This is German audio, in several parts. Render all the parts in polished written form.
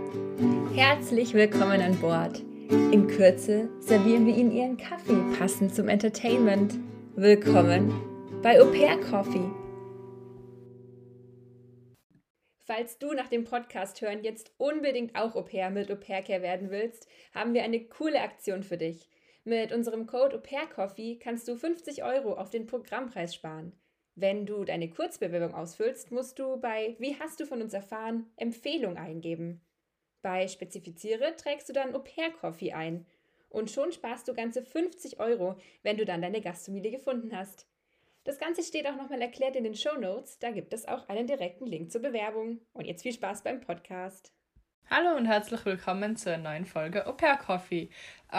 Herzlich willkommen an Bord. In Kürze servieren wir Ihnen Ihren Kaffee passend zum Entertainment. Willkommen bei Au Pair Coffee. Falls du nach dem Podcast hören jetzt unbedingt auch Au Pair mit Au Pair Care werden willst, haben wir eine coole Aktion für dich. Mit unserem Code Au Pair Coffee kannst du 50 € auf den Programmpreis sparen. Wenn du deine Kurzbewerbung ausfüllst, musst du bei Wie hast du von uns erfahren? Empfehlung eingeben. Bei Spezifiziere trägst du dann Au Pair Coffee ein. Und schon sparst du ganze 50 €, wenn du dann deine Gastfamilie gefunden hast. Das Ganze steht auch nochmal erklärt in den Shownotes, da gibt es auch einen direkten Link zur Bewerbung. Und jetzt viel Spaß beim Podcast. Hallo und herzlich willkommen zur neuen Folge Au Pair Coffee.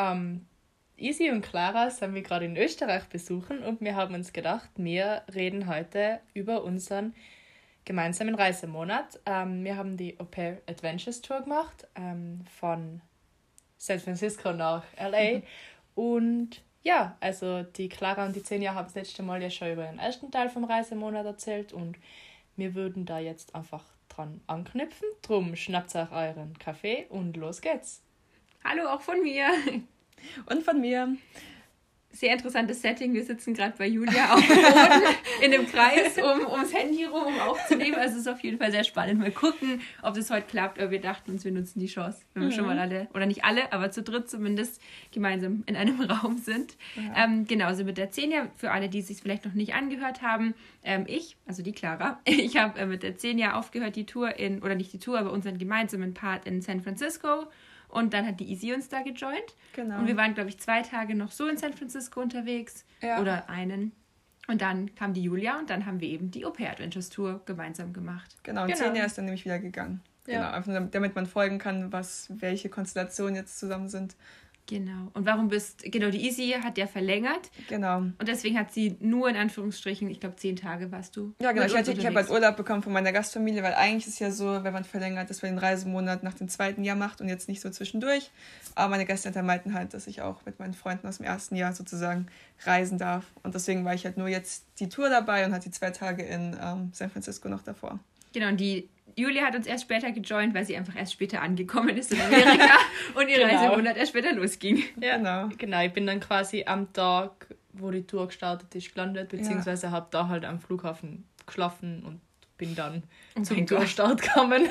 Isi und Clara sind wir gerade in Österreich besuchen und wir haben uns gedacht, wir reden heute über unseren gemeinsamen Reisemonat. Wir haben die Au Pair Adventures Tour gemacht, von San Francisco nach LA. Und ja, also die Clara und die Xenia haben das letzte Mal ja schon über den ersten Teil vom Reisemonat erzählt und wir würden da jetzt einfach dran anknüpfen. Drum schnappt euch euren Kaffee und los geht's. Hallo auch von mir. Und von mir. Sehr interessantes Setting. Wir sitzen gerade bei Julia auf dem Boden in einem Kreis ums Handy rum, um aufzunehmen. Also es ist auf jeden Fall sehr spannend. Mal gucken, ob das heute klappt. Aber wir dachten uns, wir nutzen die Chance, wenn wir schon mal alle, oder nicht alle, aber zu dritt zumindest gemeinsam in einem Raum sind. Ja. Genauso mit der Xenia, für alle, die es sich vielleicht noch nicht angehört haben. Also die Clara, ich habe mit der Xenia aufgehört, die Tour aber unseren gemeinsamen Part in San Francisco. Und dann hat die Isi uns da gejoint. Genau. Und wir waren, glaube ich, 2 Tage noch so in San Francisco unterwegs. Ja. Oder einen. Und dann kam die Julia und dann haben wir eben die Au Pair Adventures Tour gemeinsam gemacht. Genau, und Xenia ist dann nämlich wieder gegangen. Ja. Genau, einfach damit man folgen kann, welche Konstellationen jetzt zusammen sind. Genau. Und die Isi hat ja verlängert. Genau. Und deswegen hat sie nur in Anführungsstrichen, ich glaube 10 Tage warst du. Ja, genau. Ich habe halt Urlaub bekommen von meiner Gastfamilie, weil eigentlich ist es ja so, wenn man verlängert, dass man den Reisemonat nach dem 2. Jahr macht und jetzt nicht so zwischendurch. Aber meine Gäste meinten halt, dass ich auch mit meinen Freunden aus dem 1. Jahr sozusagen reisen darf. Und deswegen war ich halt nur jetzt die Tour dabei und hatte die 2 Tage in San Francisco noch davor. Genau, und die Julia hat uns erst später gejoint, weil sie einfach erst später angekommen ist in Amerika und ihr Reisemonat erst später losging. Ja, genau. Ich bin dann quasi am Tag, wo die Tour gestartet ist, gelandet, beziehungsweise habe da halt am Flughafen geschlafen und bin dann zum Tourstart gekommen.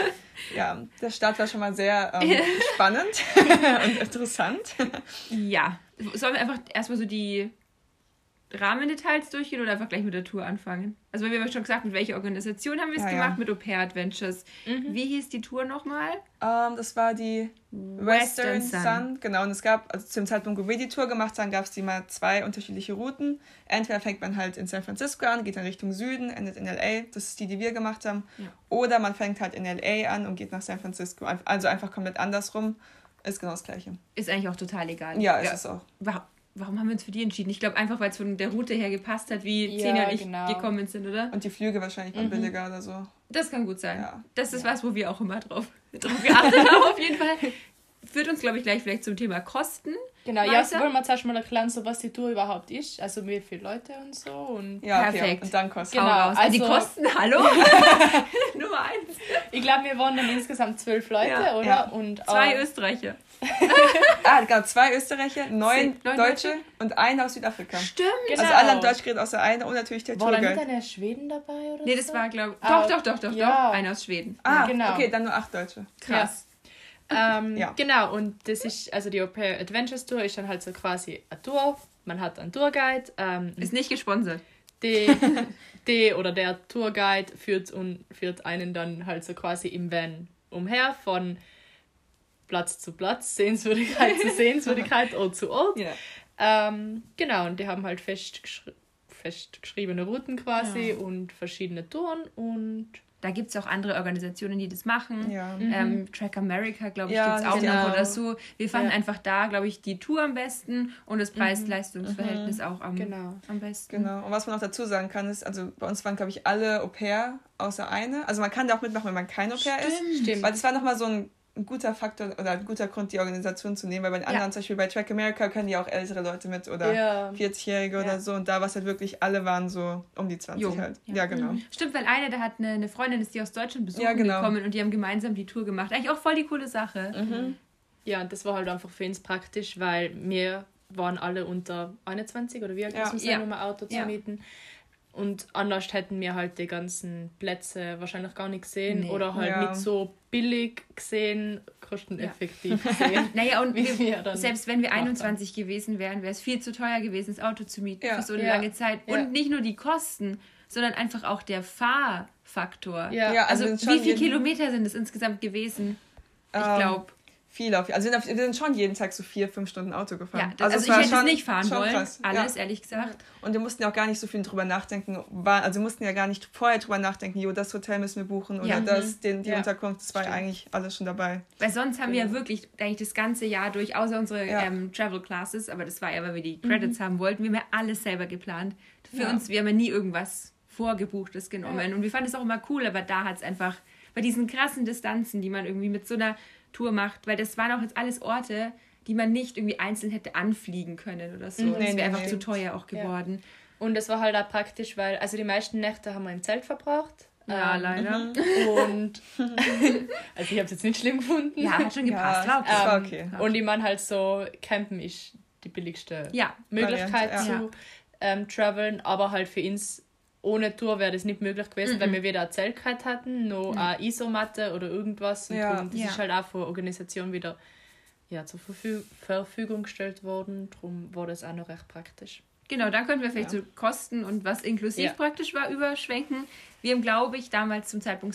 Ja, der Start war schon mal sehr spannend und interessant. Ja, sollen wir einfach erstmal so die Rahmendetails durchgehen oder einfach gleich mit der Tour anfangen? Also wir haben schon gesagt, mit welcher Organisation haben wir es gemacht, mit Au Pair Adventures. Wie hieß die Tour nochmal? Das war die Western Sun. Genau, und es gab, also zu dem Zeitpunkt, wo wir die Tour gemacht haben, gab es mal 2 unterschiedliche Routen. Entweder fängt man halt in San Francisco an, geht dann Richtung Süden, endet in L.A., das ist die wir gemacht haben. Ja. Oder man fängt halt in L.A. an und geht nach San Francisco. Also einfach komplett andersrum. Ist genau das Gleiche. Ist eigentlich auch total egal. Ja, ist es auch. Warum haben wir uns für die entschieden? Ich glaube einfach, weil es von der Route her gepasst hat, wie Xenia und ich gekommen sind, oder? Und die Flüge wahrscheinlich waren billiger oder so. Das kann gut sein. Ja. Das ist was, wo wir auch immer drauf geachtet haben, auf jeden Fall. Führt uns, glaube ich, gleich vielleicht zum Thema Kosten. Genau, ja, wollen wir zuerst mal erklären, so was die Tour überhaupt ist. Also wie viele Leute und so. Und ja, okay. Perfekt. Und dann Kosten. Genau, also die Kosten, hallo? Nummer 1. Ich glaube, wir waren dann insgesamt 12 Leute, oder? Ja. Und 2 Österreicher. Genau, 2 Österreicher, 9 Deutsche und 1 aus Südafrika. Stimmt. Genau. Also alle haben Deutsch geredet, außer einer und natürlich der Tourguide. War da nicht einer Schweden dabei oder Nee, das war, glaube ich... Doch. Einer aus Schweden. Genau. Okay, dann nur 8 Deutsche. Krass. Ja. Genau, und das ist, also die Au Pair Adventures Tour ist dann halt so quasi eine Tour. Man hat einen Tourguide. Ist nicht gesponsert. Der Tourguide führt einen dann halt so quasi im Van umher von Platz zu Platz, Sehenswürdigkeit zu Sehenswürdigkeit, Ort zu Ort. Yeah. Genau, und die haben halt festgeschriebene Routen quasi und verschiedene Touren und da gibt es auch andere Organisationen, die das machen. Ja. Track America, glaube ich, gibt es auch noch oder so. Wir fanden einfach da, glaube ich, die Tour am besten und das Preis-Leistungs-Verhältnis auch am besten. Genau. Und was man noch dazu sagen kann, ist, also bei uns waren, glaube ich, alle Au pair außer eine. Also man kann da auch mitmachen, wenn man kein Au pair ist. Stimmt. Weil das war nochmal so ein ein guter Faktor oder ein guter Grund, die Organisation zu nehmen, weil bei den anderen, zum Beispiel bei Track America, können ja auch ältere Leute mit oder 40-Jährige oder so, und da war es halt wirklich, alle waren so um die 20 Jung. halt. Ja, genau. Stimmt, weil da hat eine Freundin, ist die aus Deutschland besuchen gekommen und die haben gemeinsam die Tour gemacht. Eigentlich auch voll die coole Sache. Ja, und das war halt einfach für uns praktisch, weil wir waren alle unter 21 oder wie alt muss man sein, um ein Auto zu mieten. Und anders hätten wir halt die ganzen Plätze wahrscheinlich gar nicht gesehen oder halt nicht so billig gesehen, kosteneffektiv gesehen. Naja, und selbst wenn wir 21 gewesen wären, wäre es viel zu teuer gewesen, das Auto zu mieten für so eine lange Zeit. Und nicht nur die Kosten, sondern einfach auch der Fahrfaktor. Ja, also wie viele Kilometer sind es insgesamt gewesen? Ich glaube... Viel auf. Also wir sind schon jeden Tag so 4-5 Stunden Auto gefahren. Ja, also ich hätte es nicht fahren wollen, krass. Alles, ehrlich gesagt. Und wir mussten ja auch gar nicht so viel drüber nachdenken. Also wir mussten ja gar nicht vorher drüber nachdenken, das Hotel müssen wir buchen oder die Unterkunft. Das war ja eigentlich alles schon dabei. Weil sonst haben wir ja wirklich eigentlich das ganze Jahr durch, außer unsere Travel Classes, aber das war ja, weil wir die Credits haben wollten, wir haben ja alles selber geplant. Für uns, wir haben ja nie irgendwas Vorgebuchtes genommen. Und wir fanden es auch immer cool, aber da hat es einfach, bei diesen krassen Distanzen, die man irgendwie mit so einer Tour macht, weil das waren auch jetzt alles Orte, die man nicht irgendwie einzeln hätte anfliegen können oder so. Das wäre einfach zu teuer auch geworden. Ja. Und es war halt auch praktisch, weil also die meisten Nächte haben wir im Zelt verbracht. Ja, leider. Und also ich habe es jetzt nicht schlimm gefunden. Ja, hat schon gepasst. War okay. Und ich meine halt so, Campen ist die billigste Möglichkeit zu traveln, aber halt für uns ohne Tour wäre das nicht möglich gewesen, weil wir weder ein Zelt gehabt hatten, noch eine Isomatte oder irgendwas. Und das ist halt auch von der Organisation wieder zur Verfügung gestellt worden. Darum war das auch noch recht praktisch. Genau, dann können wir vielleicht zu Kosten und was inklusiv praktisch war überschwenken. Wir haben, glaube ich, damals zum Zeitpunkt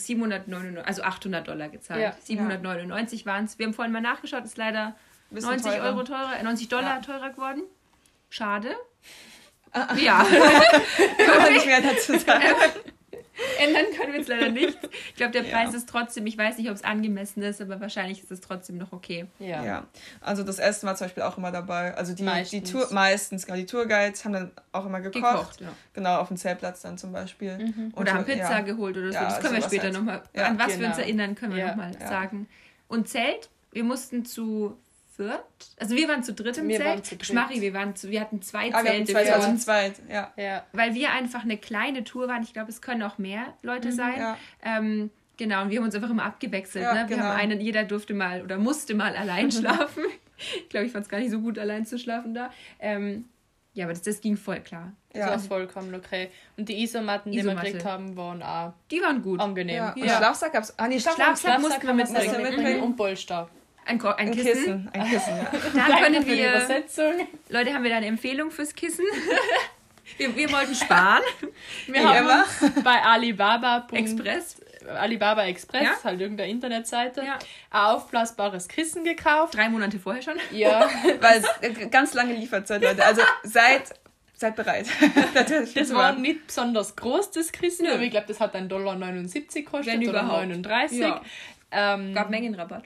$800 gezahlt. Ja. 799 waren es. Wir haben vorhin mal nachgeschaut, ist leider $90 teurer geworden. Schade. Ja. Kann man nicht mehr dazu sagen. Ändern können wir es leider nicht. Ich glaube, der Preis ist trotzdem, ich weiß nicht, ob es angemessen ist, aber wahrscheinlich ist es trotzdem noch okay. Ja. Also das Essen war zum Beispiel auch immer dabei. Also die Tourguides haben dann auch immer gekocht. Genau, auf dem Zeltplatz dann zum Beispiel. Oder haben Pizza geholt oder so. Das können wir später nochmal, an was wir uns erinnern, können wir nochmal sagen. Und Zelt, wir mussten zu viert, also wir waren zu dritt im Zelt. Schmachi, wir hatten zwei Zelte für uns. Weil wir einfach eine kleine Tour waren. Ich glaube, es können auch mehr Leute sein. Ja. Genau, und wir haben uns einfach immer abgewechselt. Ja, ne? Wir haben jeder durfte mal oder musste mal allein schlafen. Ich glaube, ich fand es gar nicht so gut, allein zu schlafen da. Ja, aber das ging voll klar. Das war vollkommen okay. Und die Isomatten, die wir gekriegt haben, waren auch die waren gut. Angenehm. Ja. Und Schlafsack gab es. Schlafsack mussten wir mitbringen. Und Polster. Ein Kissen. Ein Kissen, ja. Da können wir... Leute, haben wir da eine Empfehlung fürs Kissen? wir wollten sparen. Wir haben bei Alibaba Express, halt irgendeine Internetseite, ein aufblasbares Kissen gekauft. 3 Monate vorher schon. Ja. Weil es ganz lange Lieferzeit, Leute. Also seid bereit. Das war nicht besonders groß, das Kissen, aber ich glaube, das hat $1,79 gekostet oder 39. Ja. Gab Mengenrabatt.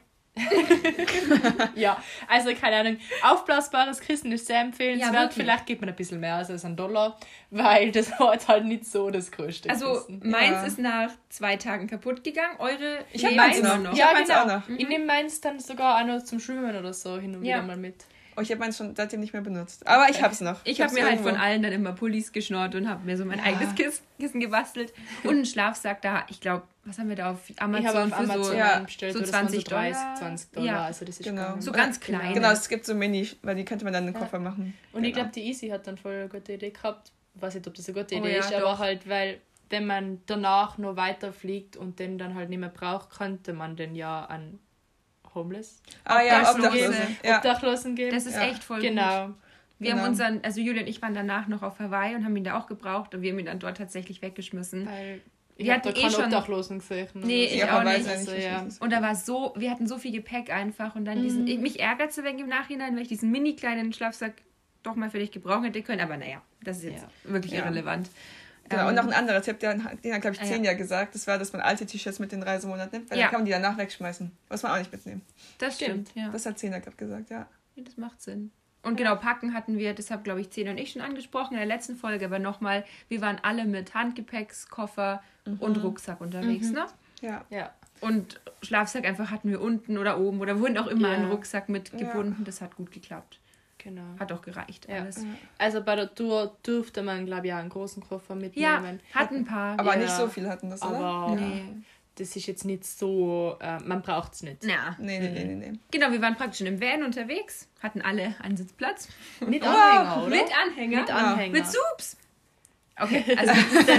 Ja, also keine Ahnung. Aufblasbares Kissen ist sehr empfehlenswert. Vielleicht gibt man ein bisschen mehr als $1, weil das war halt nicht so das größte Kissen. Meins ist nach 2 Tagen kaputt gegangen. Ich habe meins noch. Ja, genau. Auch noch. Ich nehme meins dann sogar auch noch zum Schwimmen oder so hin und wieder mal mit. Oh, ich habe meins schon seitdem nicht mehr benutzt. Aber ich habe es noch. Ich habe mir halt von allen dann immer Pullis geschnort und habe mir so mein eigenes Kissen gebastelt. Und einen Schlafsack da, ich glaube, was haben wir da auf Amazon für bestellt, so $20. $20. Ja. Also das ist so ganz klein. Genau, es gibt so Mini, weil die könnte man dann in den Koffer machen. Und ich glaube, die Easy hat dann voll eine gute Idee gehabt. Ich weiß nicht, ob das eine gute Idee ist, aber halt, weil wenn man danach noch weiterfliegt und den dann halt nicht mehr braucht, könnte man den ja an Homeless. Obdachlosen geben. Das ist echt voll gut. Wir haben also Julia und ich waren danach noch auf Hawaii und haben ihn da auch gebraucht und wir haben ihn dann dort tatsächlich weggeschmissen. Weil wir hatten keine Obdachlosen gesehen. Nee, ich auch nicht. Und da war wir hatten so viel Gepäck einfach und dann mich ärgert es wegen im Nachhinein, weil ich diesen mini kleinen Schlafsack doch mal für dich gebrauchen hätte können, aber naja, das ist jetzt wirklich irrelevant. Genau, und noch ein anderer Tipp, den hat, glaube ich, 10 Jahre gesagt, das war, dass man alte T-Shirts mit den Reisemonat nimmt, weil dann kann man die danach wegschmeißen. Muss man auch nicht mitnehmen. Das stimmt, ja. Das hat 10 Jahre gesagt, ja. Das macht Sinn. Und genau, Packen hatten wir, das haben, glaube ich, 10 und ich schon angesprochen in der letzten Folge, aber nochmal, wir waren alle mit Handgepäckskoffer und Rucksack unterwegs, ne? Ja. Und Schlafsack einfach hatten wir unten oder oben oder wohin auch immer Ja. einen Rucksack mitgebunden. Das hat gut geklappt. Genau. Hat auch gereicht Ja. alles. Also bei der Tour durfte man, glaube ich, auch einen großen Koffer Ja, mitnehmen. hat ein paar. Aber Ja. nicht so viel hatten das, oder? Aber Nee. das ist jetzt nicht so, man braucht es nicht. Na. Nee. Genau, wir waren praktisch in einem Van unterwegs, hatten alle einen Sitzplatz. Mit Anhänger, oder? Mit Anhänger. Mit Anhänger. Mit Soups. Okay, also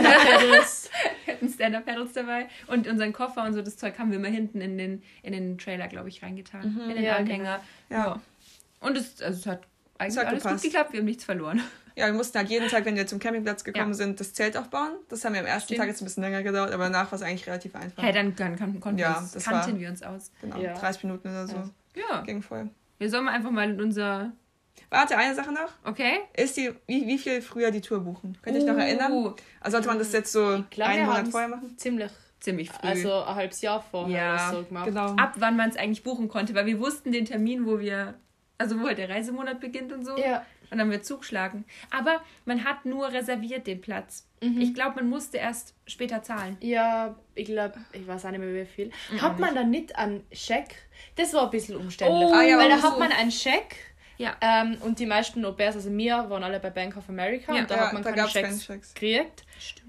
wir hatten Stand-Up-Pedals dabei und unseren Koffer und so, das Zeug haben wir immer hinten in den Trailer, glaube ich, reingetan. In den ja, Anhänger. Ja. Ja. Und es hat eigentlich hat alles gepasst. gut geklappt, wir haben nichts verloren. Ja, wir mussten halt jeden Tag, wenn wir zum Campingplatz gekommen Ja. sind, das Zelt aufbauen. Das haben wir am ersten Stimmt. Tag jetzt ein bisschen länger gedauert, aber danach war es eigentlich relativ einfach. Hey, dann kannten Ja, wir das kannten war- wir uns aus. Genau, Ja. 30 Minuten oder so. Ja, Ging voll. wir sollen einfach mal in unser... Warte, eine Sache noch. Okay? Wie viel früher die Tour buchen? Könnt ihr euch noch erinnern? Also sollte man das jetzt so glaub, einen wir Monat haben's vorher machen? ziemlich Früh. Also ein halbes Jahr vorher Ja, oder so gemacht. Genau. Ab wann man es eigentlich buchen konnte, weil wir wussten den Termin, wo halt der Reisemonat beginnt und so. Ja. Und dann haben wir zugeschlagen. Aber man hat nur reserviert den Platz. Ich glaube, man musste erst später zahlen. Ja, ich glaube, ich weiß auch nicht mehr wie viel. Hat man dann nicht einen Scheck? Das war ein bisschen umständlich. Oh, ja, weil da aber hat so- man einen Scheck Ja. und die meisten Au-pairs, also wir waren alle bei Bank of America Ja. und da Ja, hat man da keine gab's keine Schecks Schecks. gekriegt.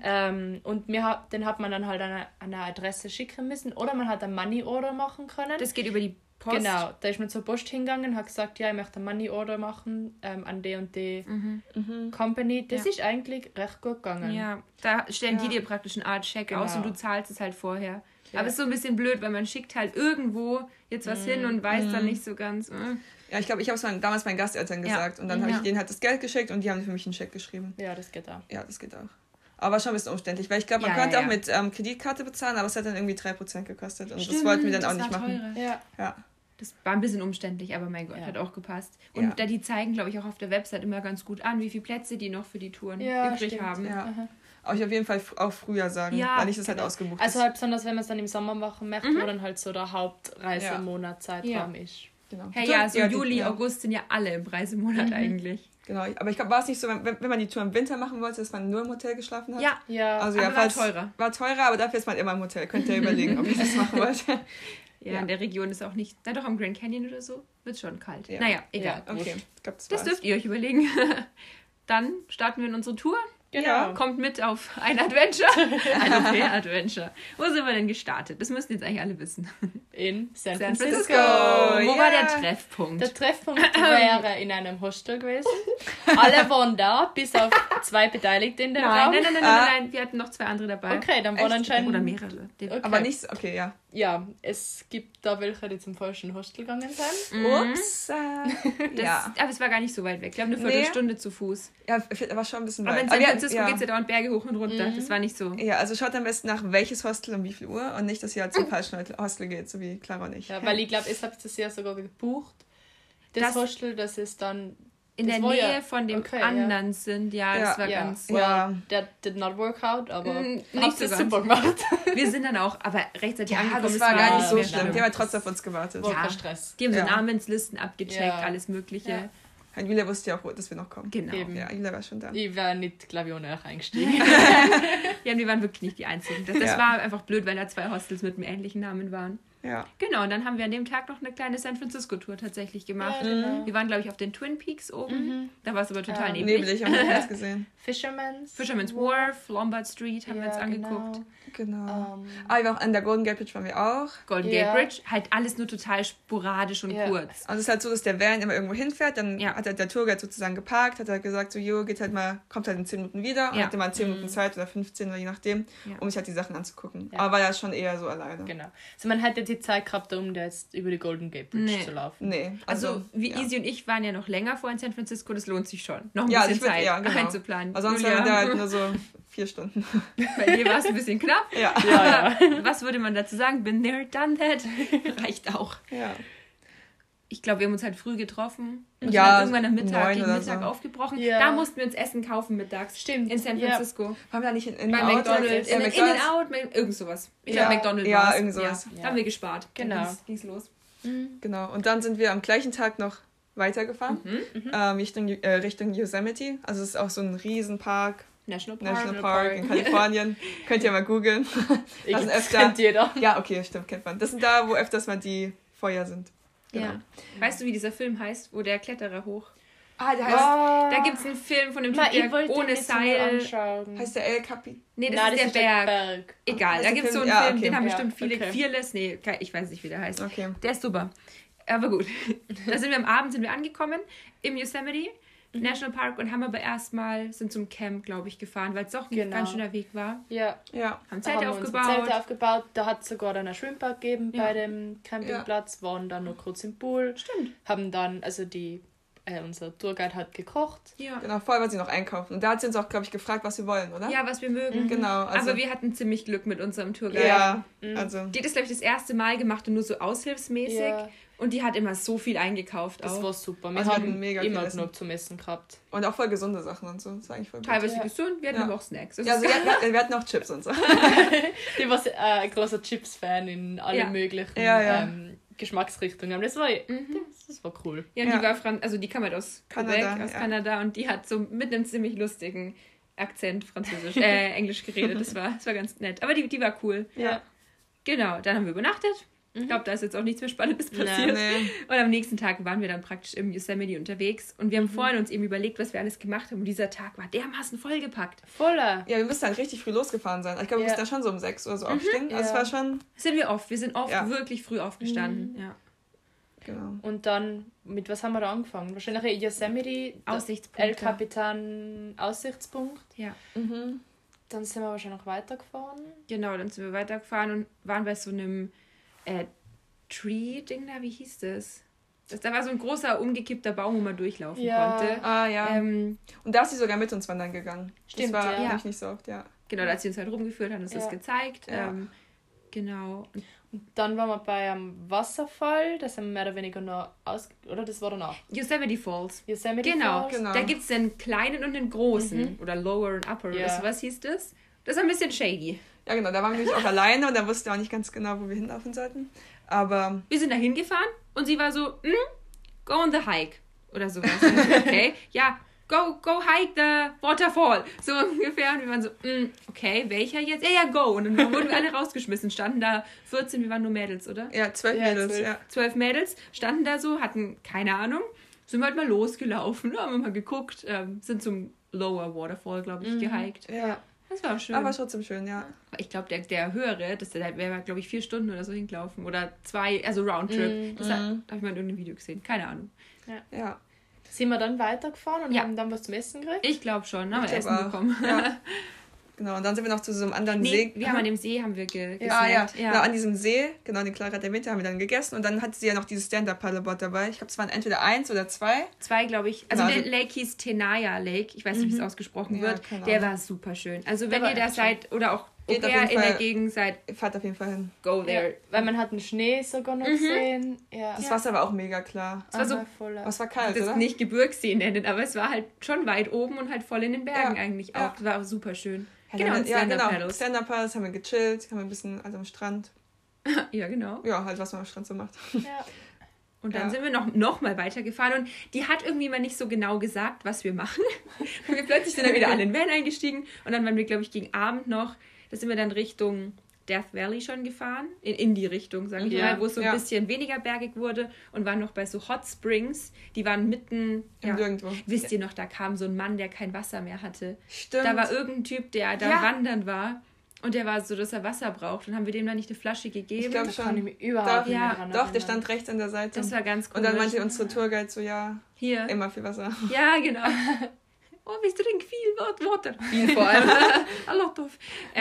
Und den hat man dann halt an eine Adresse schicken müssen oder man hat einen Money Order machen können. Das geht über die Post. Genau, da ist man zur Post hingegangen und hat gesagt, ja, ich möchte einen Money Order machen an die und die Company. Das ist eigentlich recht gut gegangen. Ja, da stellen die Ja. dir praktisch eine Art Scheck Genau. aus und du zahlst es halt vorher. Ja. Aber es ist so ein bisschen blöd, weil man schickt halt irgendwo jetzt was hin und weiß dann nicht so ganz. Ja, ich glaube, ich habe es damals meinen Gasteltern Ja. gesagt und dann habe Ja. ich denen halt das Geld geschickt und die haben für mich einen Scheck geschrieben. Ja, das geht auch. Ja, das geht auch. Aber war schon ein bisschen umständlich, weil ich glaube, man Ja, könnte ja, auch ja. mit Kreditkarte bezahlen, aber es hat dann irgendwie 3% gekostet und das wollten wir dann auch nicht machen. Ja. Ja. Das war ein bisschen umständlich, aber mein Gott, Ja. hat auch gepasst. Und Ja. da die zeigen, glaube ich, auch auf der Website immer ganz gut an, wie viele Plätze die noch für die Touren Ja, übrig stimmt. haben. Ja. Aber ich auf jeden Fall auch früher sagen, Ja, weil nicht das halt genau. ausgebucht Also ist. halt besonders, wenn man es dann im Sommer machen möchte, wo dann halt so der Hauptreisemonat Zeitraum ist. Genau. Hey, Die ja, Tour- so die- Juli, ja. August sind ja alle im Reisemonat eigentlich. Genau, aber ich glaube, war es nicht so, wenn man die Tour im Winter machen wollte, dass man nur im Hotel geschlafen hat? Ja, Ja, Also aber ja, war falls, teurer. War teurer, aber dafür ist man immer im Hotel. Könnt ihr überlegen, ob ihr das machen wollt. Ja, Ja. in der Region ist auch nicht. Na doch, am Grand Canyon oder so wird schon kalt. Ja. Naja, egal. Ja. Okay, ich glaube, das Das war's. dürft ihr euch überlegen. Dann starten wir in unsere Tour. genau. Kommt mit auf ein Adventure. Ein Au-pair-Adventure. Wo sind wir denn gestartet? Das müssten jetzt eigentlich alle wissen. In San San Francisco. Francisco. Wo war Yeah. der Treffpunkt? Der Treffpunkt wäre in einem Hostel gewesen. Alle waren da, bis auf 2 Beteiligte in dem Raum. Nein. Wir hatten noch 2 andere dabei. Okay, dann waren Echt? anscheinend... Oder mehrere. Okay. Aber nicht so, okay, ja. Ja, es gibt da welche, die zum falschen Hostel gegangen sind. Ups. Das, Ja. Aber es war gar nicht so weit weg. Ich glaube, eine Nee. Viertelstunde zu Fuß. Ja, war schon ein bisschen Aber weit. in San ja, Francisco ja. geht es ja dauernd Berge hoch und runter. Das war nicht so. Ja, also schaut am besten nach, welches Hostel um wie viel Uhr und nicht, dass ihr halt zum falschen Hostel geht, so wie Clara und ich. Ja, weil ich glaube, ich habe das ja sogar gebucht. Das Hostel, das ist dann... In das der war Nähe ja- von dem okay, anderen sind. Ja, Ja. das war Ja, ganz... well, Ja. that did not work out, aber Nicht habt so es ganz. super gemacht. Wir sind dann auch, aber rechtzeitig Ja, angekommen. das es war gar nicht so mehr schlimm. Die haben ja trotzdem auf uns gewartet. War Ja. kein Stress. Die haben so Ja. Namenslisten abgecheckt, Ja. alles Mögliche. Ja. Und Julia wusste ja auch, dass wir noch kommen. Genau. Eben. Ja, Julia war schon da. Ich wäre nicht, glaube ich, ohne euch eingestiegen. Ja, wir waren wirklich nicht die Einzigen. Das Ja. war einfach blöd, weil da 2 Hostels mit einem ähnlichen Namen waren. Ja. Genau, und dann haben wir an dem Tag noch eine kleine San Francisco-Tour tatsächlich gemacht. Ja, genau. Wir waren, glaube ich, auf den Twin Peaks oben. Da war es aber total neblig. Nebelig, haben wir nichts gesehen. Fisherman's. Fisherman's Wharf, Lombard Street haben wir uns angeguckt. Genau. Wir waren an der Golden Gate Bridge waren wir auch. Golden Ja. Gate Bridge, halt alles nur total sporadisch und Ja. kurz. Also es ist halt so, dass der Van immer irgendwo hinfährt, dann Ja. hat halt der Tourguide sozusagen geparkt, hat halt gesagt, so, jo, geht halt mal, kommt halt in 10 Minuten wieder und Ja. hat immer 10 Minuten Zeit oder 15 oder je nachdem, Ja. um sich halt die Sachen anzugucken. Ja. Aber war ja schon eher so alleine. Genau. Also man hätte die Zeit gehabt, um da jetzt über die Golden Gate Bridge Nee. zu laufen. Nee. Also, wie ja. Easy und ich waren ja noch länger vor in San Francisco, das lohnt sich schon. Noch ein Ja, bisschen ich würd- Zeit ja, genau. einzuplanen. Also sonst Julia, waren wir da halt nur so 4 Stunden. bei dir war es ein bisschen knapp. Ja. Ja, ja. Was würde man dazu sagen? Been there, done that. Reicht auch. Ja. Ich glaube, wir haben uns halt früh getroffen. Und Ja, sind dann irgendwann am Mittag, 9 gegen oder Mittag so. aufgebrochen. Ja. Da mussten wir uns Essen kaufen mittags. Stimmt. In San Ja. Francisco. Waren wir da nicht in Bei Out? McDonald's. In McDonald's? Out, irgend sowas. Ich Ja. glaube, McDonald's Ja, war's. irgend sowas. Ja. Da haben wir gespart. Genau. Dann ging's los. Genau. Und dann sind wir am gleichen Tag noch weitergefahren, Richtung Yosemite. Also es ist auch so ein Riesenpark National Park in Kalifornien. Könnt ihr mal googeln. Das sind öfter, kennt jeder. Ja, okay, stimmt, kennt man. Das sind da, wo öfters mal die Feuer sind. Genau. Ja. Weißt du, wie dieser Film heißt, wo der Kletterer hoch... Der heißt, Da gibt es einen Film von dem Typ, der ohne Seil... heißt der El Capi. Nee, das ist der Berg. Egal, Heißt da der gibt es so Film? einen Ja, Film, okay. den haben Ja, bestimmt viele. okay. Fearless, nee, ich weiß nicht, wie der heißt. Okay. Der ist super. Aber gut, da sind wir am Abend angekommen im Yosemite National Park und haben aber sind zum Camp, glaube ich, gefahren, weil es doch ein ganz schöner Weg war. Ja. Haben Da haben wir unsere Zelte aufgebaut. Da hat es sogar dann ein Schwimmbad gegeben bei dem Campingplatz. Waren dann noch kurz im Pool. Stimmt. Haben dann, unser Tourguide hat gekocht. Ja. Genau, vorher wollte sie noch einkaufen. Und da hat sie uns auch, glaube ich, gefragt, was wir wollen, oder? Ja, was wir mögen. Genau. Also, Aber wir hatten ziemlich Glück mit unserem Tourguide. Ja, also... Die hat das, glaube ich, das erste Mal gemacht und nur so aushilfsmäßig. Ja. Und die hat immer so viel eingekauft Das auch. war super. Wir Also haben mega immer viel genug zum Essen gehabt. Und auch voll gesunde Sachen und so. Das war eigentlich voll gut. Teilweise gesund, wir hatten Ja. aber auch Snacks. Das Ja, also ist wir hatten auch Chips und so. Ich war ein großer Chips-Fan in allen möglichen Geschmacksrichtungen. Das war cool. Ja, Ja. die war die kam halt aus Kanada, Quebec, aus ja. Kanada und die hat so mit einem ziemlich lustigen Akzent Englisch geredet. Das war ganz nett. Aber die war cool. Ja. Genau, dann haben wir übernachtet. Ich glaube, da ist jetzt auch nichts mehr Spannendes passiert. Nee. Und am nächsten Tag waren wir dann praktisch im Yosemite unterwegs und wir haben vorhin uns eben überlegt, was wir alles gemacht haben. Und dieser Tag war dermaßen vollgepackt. Voller. Ja, wir müssen dann richtig früh losgefahren sein. Ich glaube, wir mussten dann schon so um 6 oder so aufstehen. Also es war schon... Wir sind oft wirklich früh aufgestanden. Ja. Genau. Und dann, mit was haben wir da angefangen? Wahrscheinlich Yosemite, Aussichtspunkte. El Capitan Aussichtspunkt. Ja. Dann sind wir wahrscheinlich noch weitergefahren. Genau, dann sind wir weitergefahren und waren bei so einem Tree-Ding da, wie hieß das? Da war so ein großer, umgekippter Baum, wo man durchlaufen konnte. Ah, ja. Und da ist sie sogar mit uns wandern gegangen. Stimmt, das war ja. eigentlich nicht so oft, ja. Genau, da hat sie uns halt rumgeführt, hat uns das gezeigt. Ja. Genau. Und dann waren wir bei einem Wasserfall, das haben wir mehr oder weniger noch oder das war danach? Yosemite Falls. Yosemite Genau. Falls. Genau. Da gibt es einen kleinen und einen großen. Oder Lower und Upper oder so. Was hieß das? Das ist ein bisschen shady. Ja, genau. Da waren wir nämlich auch alleine und da wussten wir auch nicht ganz genau, wo wir hinlaufen sollten. Aber... Wir sind da hingefahren und sie war so, go on the hike. Oder sowas. Okay. Ja, go hike the waterfall. So ungefähr. Und wir waren so, okay, welcher jetzt? Ja, go. Und dann wurden wir alle rausgeschmissen. Standen da 14, wir waren nur Mädels, oder? Ja, 12 Ja, Mädels, 12. ja. 12 Mädels standen da so, hatten keine Ahnung. Sind wir halt mal losgelaufen, haben wir mal geguckt, sind zum Lower Waterfall, glaube ich, gehiked. Ja. Das war schön. Aber trotzdem schön, ja. Ich glaube, der höhere, der wäre, glaube ich, 4 Stunden oder so hingelaufen. Oder 2, also Roundtrip. Das habe ich mal in irgendeinem Video gesehen. Keine Ahnung. Ja. Sind wir dann weitergefahren und Ja. haben dann was zum Essen gekriegt? Ich glaube schon, haben wir Ich Essen glaub auch. bekommen. Ja. Genau, und dann sind wir noch zu so einem anderen Nee, See. wir haben an dem See gesnackt. Ja. Genau, an diesem See, genau, den Clara hat erwähnt, haben wir dann gegessen. Und dann hatte sie ja noch dieses Stand-Up-Paddleboard dabei. Ich glaube, es waren entweder 1 oder 2. 2, glaube ich. Also Genau, der Lake hieß Tenaya Lake. Ich weiß nicht, wie es ausgesprochen Ja, wird. keine Der Ahnung. war super schön. Also wenn war ihr da echt seid oder auch Geht auf Au-pair jeden in der Fall. Gegend seid, Fahrt auf jeden Fall hin. go Ja, there. weil man hat den Schnee sogar noch gesehen. Ja. Das Wasser war auch mega klar. war so- voller. Was war Ich kalt, das oder? nicht Gebirgssee nennen, aber es war halt schon weit oben und halt voll in den Bergen Ja, eigentlich ja. auch. Das war auch super schön. Ja, Genau, und Stand-Up Paddles. Stand-Up-Paddles haben wir gechillt, haben wir ein bisschen am Strand. Ja, genau. Ja, halt, was man am Strand so macht. Ja. Und dann Ja. sind wir noch mal weitergefahren und die hat irgendwie mal nicht so genau gesagt, was wir machen. Und wir plötzlich sind dann wieder alle in den Van eingestiegen und dann waren wir, glaube ich, gegen Abend noch, da sind wir dann Richtung Death Valley schon gefahren, in die Richtung, sage ich Ja, mal, wo es so ein ja. bisschen weniger bergig wurde und waren noch bei so Hot Springs, die waren mitten, Im Nirgendwo. wisst ihr noch, da kam so ein Mann, der kein Wasser mehr hatte. Stimmt. Da war irgendein Typ, der da Ja. wandern war und der war so, dass er Wasser braucht und haben wir dem dann nicht eine Flasche gegeben. Ich glaub, Da kann ich mich überhaupt nicht Ja, mehr dran Doch, der erinnern. stand rechts an der Seite. Das war ganz Und komisch. dann meinte unsere Tourguide so, ja, Hier. immer viel Wasser. Ja, genau. Oh, willst du denn viel Water? Viel vor allem. A lot of.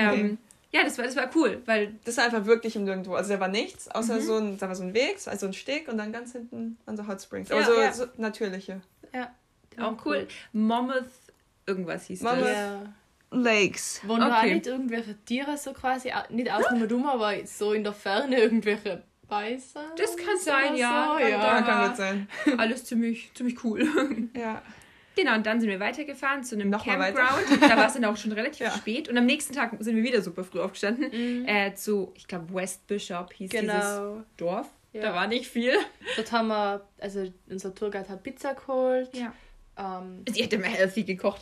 Ja, das war cool, weil Das war einfach wirklich im Nirgendwo. Also da war nichts, außer da war so ein Weg, also ein Steg und dann ganz hinten an so Hot Springs. Aber Ja, so, ja. so natürliche. Ja. auch cool. Monmouth, irgendwas hieß Monmouth. das. Ja. Lakes. Waren da auch Okay. nicht irgendwelche Tiere so quasi, nicht ausgenommen dumm, aber so in der Ferne irgendwelche Beißen? Das kann sein, ja. So, Ja, Da kann war gut sein. alles ziemlich cool. Ja. Genau, und dann sind wir weitergefahren zu einem Nochmal Campground. Da war es dann auch schon relativ Ja. spät. Und am nächsten Tag sind wir wieder super früh aufgestanden. Zu, ich glaube, West Bishop hieß dieses Genau. Dorf. Ja. Da war nicht viel. Dort haben wir, also unser Tourguide hat Pizza geholt. Ja. Sie hätte mehr healthy gekocht.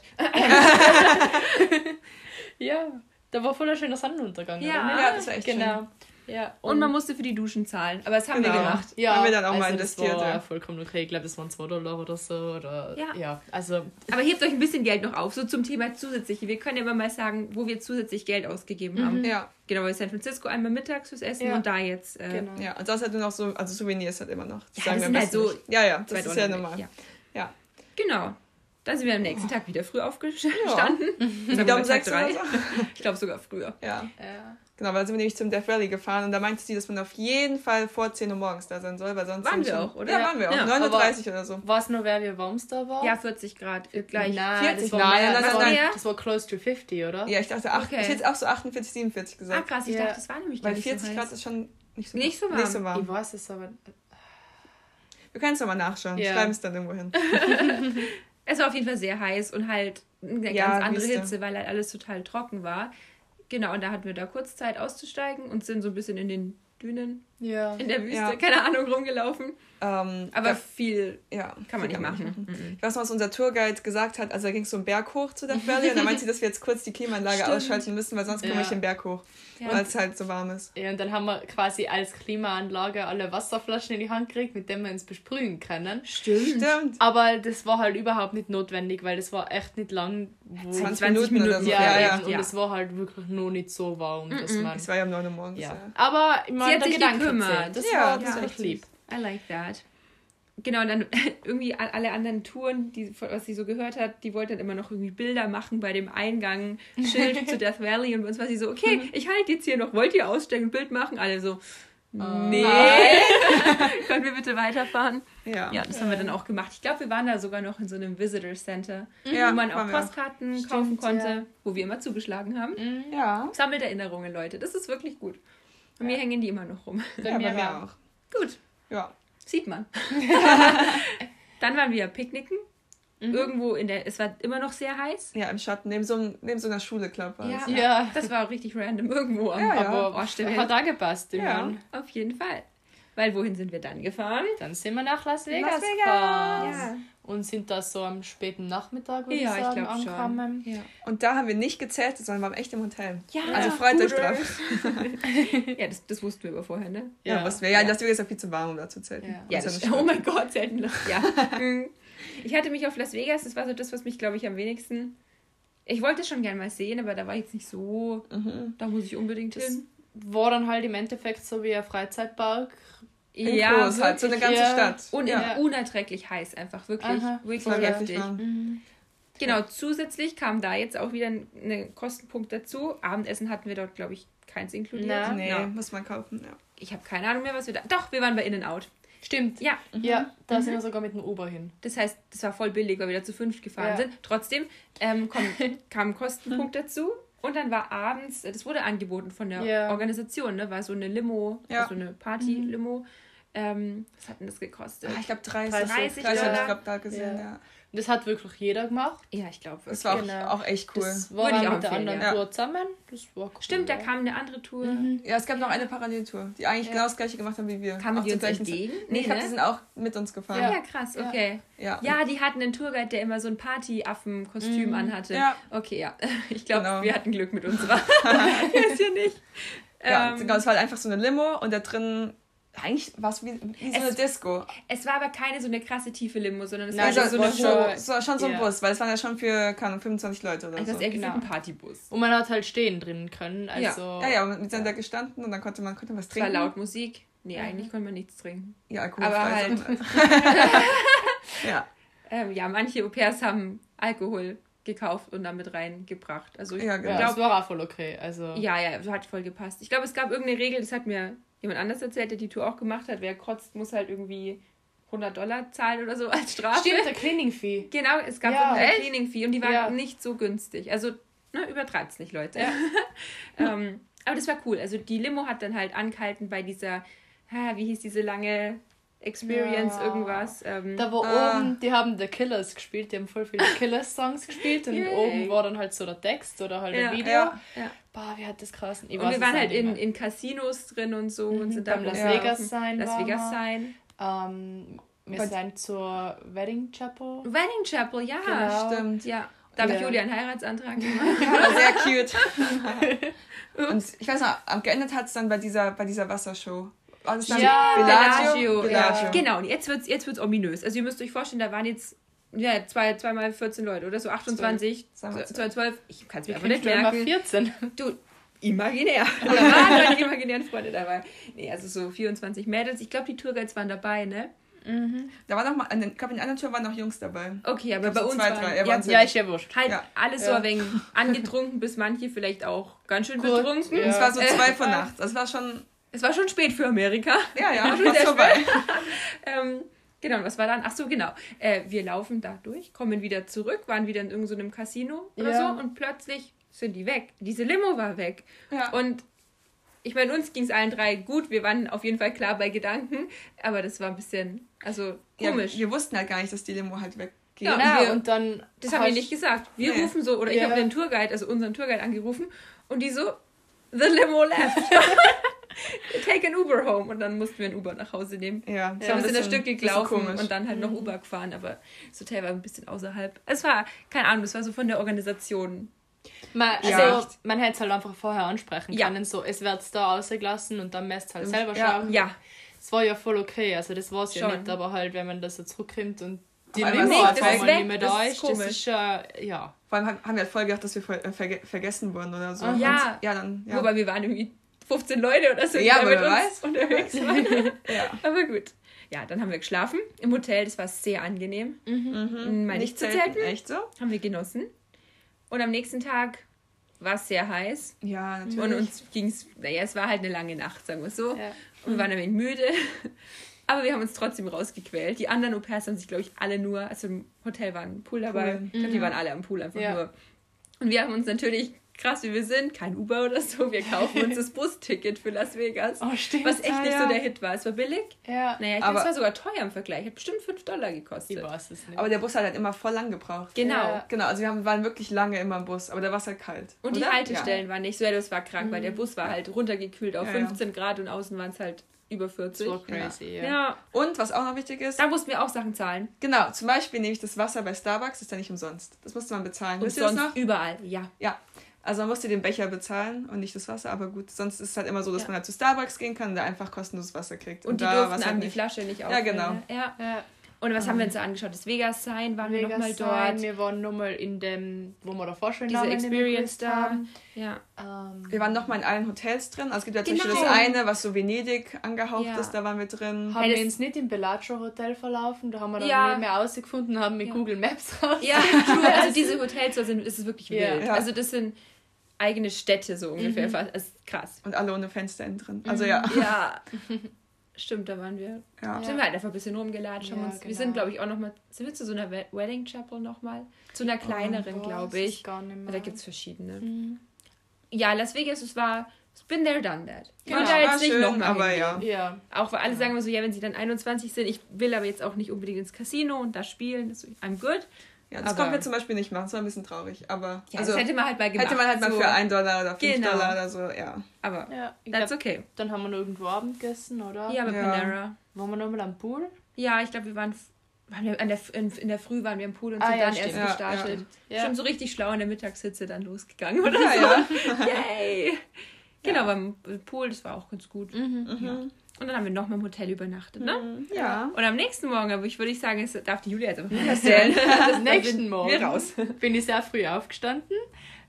Ja, da war voll ein schöner Sonnenuntergang. Ja. oder? Ja, das war echt Genau. Ja, Und man musste für die Duschen zahlen. Aber das haben wir gemacht. Ja, haben wir dann auch mal das investiert. war Ja. vollkommen okay. Ich glaube, das waren $2 oder so. Oder, Ja. ja, also Aber hebt euch ein bisschen Geld noch auf, so zum Thema zusätzliche. Wir können ja immer mal sagen, wo wir zusätzlich Geld ausgegeben haben. Ja, Genau, bei San Francisco einmal mittags fürs Essen Ja. und da jetzt genau. ja. Und das hat nur noch so, also Souvenirs halt immer noch. Ja, sagen das wir sind am halt besten so nicht. Ja, das $2 ist ja weg. normal. Ja. Ja. Genau. Dann sind wir am nächsten Tag wieder früh aufgestanden. Wieder um 6 oder so. Ich glaube sogar früher. Ja. Ja. Genau, weil sind wir nämlich zum Death Valley gefahren und da meinte sie, dass man auf jeden Fall vor 10 Uhr morgens da sein soll, weil sonst... Waren sind wir schon- auch, oder? Ja, waren wir auch. Ja, 9:30 oder so. Weißt du noch, wer wir warms da war? Ja, 40 Grad. Gleich. Nein, 40? das war Nein, mehr. nein, das, nein, war, nein. das war close to 50, oder? Ja, ich dachte, Okay. ich hätte auch so 48, 47 Ah, gesagt. krass. Ich Ja. dachte, das war nämlich gar Weil nicht 40 so Grad heiß. ist schon nicht so, Nicht so warm. Nicht so warm. Ich weiß es aber. Wir können es nochmal nachschauen. Ja. Schreiben es dann irgendwo hin. Es war auf jeden Fall sehr heiß und halt eine Ja, ganz andere Wüste. Hitze, weil halt alles total trocken war. Genau, und da hatten wir da kurz Zeit auszusteigen und sind so ein bisschen in den Dünen Ja. in der Wüste, Ja. keine Ahnung, rumgelaufen. Aber da- viel ja, kann man viel nicht machen. Mhm. Ich weiß noch, was unser Tourguide gesagt hat, also da ging es so einen Berg hoch zu Death Valley und da meinte sie, dass wir jetzt kurz die Klimaanlage Stimmt. ausschalten müssen, weil sonst komme Ja. ich den Berg hoch, Ja. weil es halt so warm ist. Ja, und dann haben wir quasi als Klimaanlage alle Wasserflaschen in die Hand gekriegt, mit denen wir uns besprühen können. Stimmt. Stimmt. Aber das war halt überhaupt nicht notwendig, weil das war echt nicht lang. 20 Minuten oder so. Ja, Ja, ja, ja. und Ja. es war halt wirklich noch nicht so warm, dass man... Es war ja um 9 Uhr morgens. Ja. Ja. Aber ich meine, hat der sich Gedanke gekümmert. zählt. Das Ja, war das das war echt echt lieb. I like that. Genau, und dann irgendwie alle anderen Touren, was sie so gehört hat, die wollten dann immer noch irgendwie Bilder machen bei dem Eingang, Schild zu Death Valley und bei uns war sie so, okay, ich halte jetzt hier noch, wollt ihr aussteigen, ein Bild machen? Alle so, nee. Können wir bitte weiterfahren? Ja. Ja, das haben wir dann auch gemacht. Ich glaube, wir waren da sogar noch in so einem Visitor Center, Ja, wo man auch waren wir auch. Postkarten kaufen konnte, ja. wo wir immer zugeschlagen haben. Ja. Sammelt Erinnerungen, Leute. Das ist wirklich gut. Und mir hängen die immer noch rum. Bei Ja, mir bei mir auch. auch. Gut. Ja. Sieht man. Dann waren wir picknicken. Irgendwo es war immer noch sehr heiß. Ja, im Schatten, neben so einer Schule, glaube ich. Ja. Das war auch richtig random. Irgendwo am Ja, ja. Aber Arsch der hat Welt. auch gepasst, ich Ja. mein. Auf jeden Fall. Weil wohin sind wir dann gefahren? Dann sind wir nach Las Vegas, Las Vegas. gefahren. Ja. Und sind da so am späten Nachmittag, würde Ja, ich ich sagen, glaube schon. angekommen. Ja. Und da haben wir nicht gezeltet, sondern waren echt im Hotel. Ja, Also freut euch cool. drauf. Ja, das wussten wir aber vorher, ne? Ja, was wir. Ja, das ist ja viel zu warm, um da zu zelten. Ja. Ja, Ist das, nicht oh schlimm. mein Gott, selten. Ja. Ich hatte mich auf Las Vegas, das war so das, was mich, glaube ich, am wenigsten... Ich wollte es schon gern mal sehen, aber da war ich jetzt nicht so... Da muss ich unbedingt hin. War dann halt im Endeffekt so wie ein Freizeitpark. In groß, halt, so eine ganze ja. Stadt. Und Ja. unerträglich heiß einfach, wirklich, Aha, wirklich Voll heftig. heftig warm. Genau, zusätzlich kam da jetzt auch wieder ein Kostenpunkt dazu. Abendessen hatten wir dort, glaube ich, keins inkludiert. Na. Nee, Ja. muss man kaufen, ja. Ich habe keine Ahnung mehr, was wir da... Doch, wir waren bei In-N-Out. Stimmt. Ja, Ja, da sind wir sogar mit dem Uber hin. das heißt, das war voll billig, weil wir da zu 5 gefahren Ja. sind. Trotzdem kam ein Kostenpunkt dazu. Und dann war abends, das wurde angeboten von der Ja. Organisation, ne? War so eine Limo, Ja. so eine Party-Limo. Was hat denn das gekostet? Ich glaube 30. 30 habe ich Dollar. glaube da gesehen, Ja. ja. Und das hat wirklich jeder gemacht. Ja, ich glaube. Das war Genau. auch echt cool. Das war Würde ich dann auch mit der empfehlen, anderen ja. Tour zusammen. Das war cool. Stimmt, da ja. kam eine andere Tour. Ja, es gab noch eine Paralleltour, die eigentlich genau das gleiche gemacht haben wie wir. Kamen Auch die zur uns gleichen entgegen? Zeit. Nee, ich glaube, ne? die sind auch mit uns gefahren. Ja, Ja. krass, Ja. okay. Ja. Ja, die hatten einen Tourguide, der immer so ein Partyaffen-Kostüm anhatte. Ja. Okay, ja. Ich glaube, Genau. wir hatten Glück mit unserer. Weiß ja nicht. Ja, genau, es war halt einfach so eine Limo und da drin, eigentlich war es wie so eine Es- Disco. Es war aber keine so eine krasse tiefe Limo, sondern es Nein, war das so war eine schon- hohe... schon so ein Ja. Bus, weil es waren ja schon für, keine Ahnung, 25 Leute oder Also das so. ist eher gefühlt Genau. ein Partybus. Und man hat halt stehen drin können. Also Ja, ja, wir sind da gestanden und dann konnte man was Es war trinken. laut Musik. Nee, eigentlich konnte man nichts trinken. Ja, Aber alkoholfrei. halt, Ja, ja, manche Au-pairs haben Alkohol gekauft und damit reingebracht. Also ich Ja, genau. ja, glaube, das war auch voll okay. Also ja, hat voll gepasst. Ich glaube, es gab irgendeine Regel, das hat mir jemand anders erzählt, der die Tour auch gemacht hat. Wer kotzt, muss halt irgendwie $100 zahlen oder so als Strafe. Stimmt, der Cleaning Fee. Genau, es gab Ja, eine echt? Cleaning-Fee und die war Ja. nicht so günstig. Also, ne, übertreibt's nicht, Leute. Ja. Aber das war cool. Also die Limo hat dann halt angehalten bei dieser, wie hieß diese lange Experience, Ja. irgendwas. Da war oben, die haben The Killers gespielt, die haben voll viele Killers-Songs gespielt und Yay. oben war dann halt so der Text oder halt Ja. ein Video. Ja. Ja. Boah, wie hat das krass. Und wir waren halt in Casinos drin und so und sind da beim Las rumgelaufen. Vegas sein Las waren Vegas wir. sein. Wir sind zur Wedding Chapel. Wedding Chapel, ja. Genau. Stimmt. Ja. Da habe ich Julia einen Heiratsantrag gemacht. Ja, sehr cute. Und ich weiß noch, geendet hat es dann bei dieser Wassershow. War das dann Bellagio. Bellagio. Ja. Genau, und jetzt wird's ominös. Also ihr müsst euch vorstellen, da waren jetzt zweimal 14 Leute oder so, 28, 12. Ich kann es mir einfach nicht merken. 14. Du, imaginär. Oder waren meine imaginären Freunde dabei. Nee, also so 24 Mädels. Ich glaube, die Tourguides waren dabei, ne? Da war noch mal, ich glaube, in einer Tour waren noch Jungs dabei. Okay, aber bei so uns 2, waren 3. Ja, ist ja wurscht. halt alles so ein wenig angetrunken, bis manche vielleicht auch ganz schön betrunken. Ja. Es war so 2 Uhr nachts. Es war schon spät für Amerika. Ja, fast vorbei. Genau, was war dann? Ach so, genau. Wir laufen da durch, kommen wieder zurück, waren wieder in irgendeinem Casino oder so und plötzlich sind die weg. Diese Limo war weg. Ja. Und ich meine, uns ging es allen 3 gut. Wir waren auf jeden Fall klar bei Gedanken. Aber das war ein bisschen, komisch. Ja, wir wussten halt gar nicht, dass die Limo halt weggeht. Ja, und dann... Das haben die nicht gesagt. Wir rufen so, oder ich habe den Tourguide, also unseren Tourguide angerufen und die so, the limo left. Take an Uber home. Und dann mussten wir ein Uber nach Hause nehmen. Ja, Wir haben ein bisschen ein Stück gelaufen komisch. und dann halt noch Uber gefahren, aber das Hotel war ein bisschen außerhalb. Es war, keine Ahnung, das war so von der Organisation. Man hätte es halt einfach vorher ansprechen können, so, es wird da rausgelassen und dann müsst ihr halt selber schauen. Ja. Es war ja voll okay, also das war es ja Schon. nicht, aber halt, wenn man das so zurückkommt und die Auf einmal Limo ist auf es einmal weg, nicht mehr das da ist ist, das komisch. ist ja. Vor allem haben wir halt voll gedacht, dass wir vergessen wurden oder so. Ja. Und, Wobei wir waren irgendwie 15 Leute oder so, die Ja, da aber mit wer uns weiß. unterwegs waren. Ja. Aber gut. Ja, dann haben wir geschlafen im Hotel, das war sehr angenehm. Mal nicht zu zelten. Echt so? Haben wir genossen. Und am nächsten Tag war es sehr heiß. Ja, natürlich. Und uns ging es, es war halt eine lange Nacht, sagen wir es so. Ja. Und wir waren ein wenig müde. Aber wir haben uns trotzdem rausgequält. Die anderen Au-pairs haben sich, glaube ich, alle nur, also im Hotel war ein Pool dabei. Ich glaube, die waren alle am Pool einfach nur. Und wir haben uns natürlich, krass wie wir sind, kein Uber oder so, wir kaufen uns das Busticket für Las Vegas. Oh, stimmt. Was echt nicht so der Hit war. Es war billig. Ja. Naja, ich glaube, es war sogar teuer im Vergleich. Hat bestimmt $5 gekostet. Ich weiß es nicht. Aber der Bus hat halt immer voll lang gebraucht. Genau. Ja. Genau, also wir waren wirklich lange immer im Bus, aber da war es halt kalt. Und die oder? Haltestellen waren nicht so, das war krank, weil der Bus war halt runtergekühlt auf Ja, 15 Grad und außen waren es halt über 40. Das war crazy, ja. Ja, Und was auch noch wichtig ist, da mussten wir auch Sachen zahlen. genau, zum Beispiel nehme ich das Wasser bei Starbucks, ist ja nicht umsonst. Das musste man bezahlen. Und Wisst ihr das sonst noch? überall, ja. Ja. Also man musste den Becher bezahlen und nicht das Wasser, aber gut, sonst ist es halt immer so, dass man halt zu Starbucks gehen kann und da einfach kostenloses Wasser kriegt. Und die da durften war's einem halt die nicht. Flasche nicht Ja, auffüllen. genau. Ne? Ja. Ja. Und was haben wir uns da angeschaut? Das Vegas Sign waren wir nochmal dort. Wir waren nochmal in dem, wo wir davor schon Diese Experience da. Ja. Wir waren nochmal in allen Hotels drin. Also es gibt ja zum Genau. Beispiel das eine, was so Venedig angehaucht Ja. ist, da waren wir drin. Haben Hey, wir das- uns nicht im Bellagio Hotel verlaufen, da haben wir dann Ja. nicht mehr rausgefunden, haben mit Google Maps raus. Ja, true. Also diese Hotels, da ist es wirklich Ja. wild. Ja. Also das sind eigene Städte so ungefähr. Das ist krass. Und alle ohne Fenster innen drin. Also ja. Ja. Stimmt, da waren wir. Ja. Sind wir halt einfach ein bisschen rumgelatscht. Haben Ja, uns, Wir genau. sind, glaube ich, auch nochmal. Sind wir zu so einer Wedding Chapel nochmal? Zu einer kleineren, Boah, glaube das ist ich. gar nicht mehr. Da gibt es verschiedene. Ja, Las Vegas, es war. Been there, done that. Ich Genau, wollte da war jetzt nicht schön, nochmal aber hingehen. ja. Ja. Auch weil alle sagen immer so, ja, wenn sie dann 21 sind, ich will aber jetzt auch nicht unbedingt ins Casino und da spielen. Das, I'm good. Ja, das Aber- konnten wir zum Beispiel nicht machen, das war ein bisschen traurig. Aber Ja, also, das hätte man halt mal gemacht. hätte man halt mal so. für $1 oder $5 Genau. oder so, ja. Aber Ja, ich that's glaub, okay. dann haben wir noch irgendwo Abend gegessen, oder? Ja, bei Ja. Panera. Waren wir nochmal am Pool? Ja, ich glaube, wir waren wir in der Früh waren wir im Pool und Ah, sind ja, dann stimmt. erst Ja, gestartet. ja. Schon so richtig schlau in der Mittagshitze dann losgegangen, oder? Ja, ja. Yay! Genau, beim Pool, das war auch ganz gut. Mhm. Und dann haben wir noch mal im Hotel übernachtet, ne? Ja. Und am nächsten Morgen, aber ich würde sagen, es darf die Julia jetzt einfach mal erzählen. Am nächsten Morgen Wir raus. bin ich sehr früh aufgestanden,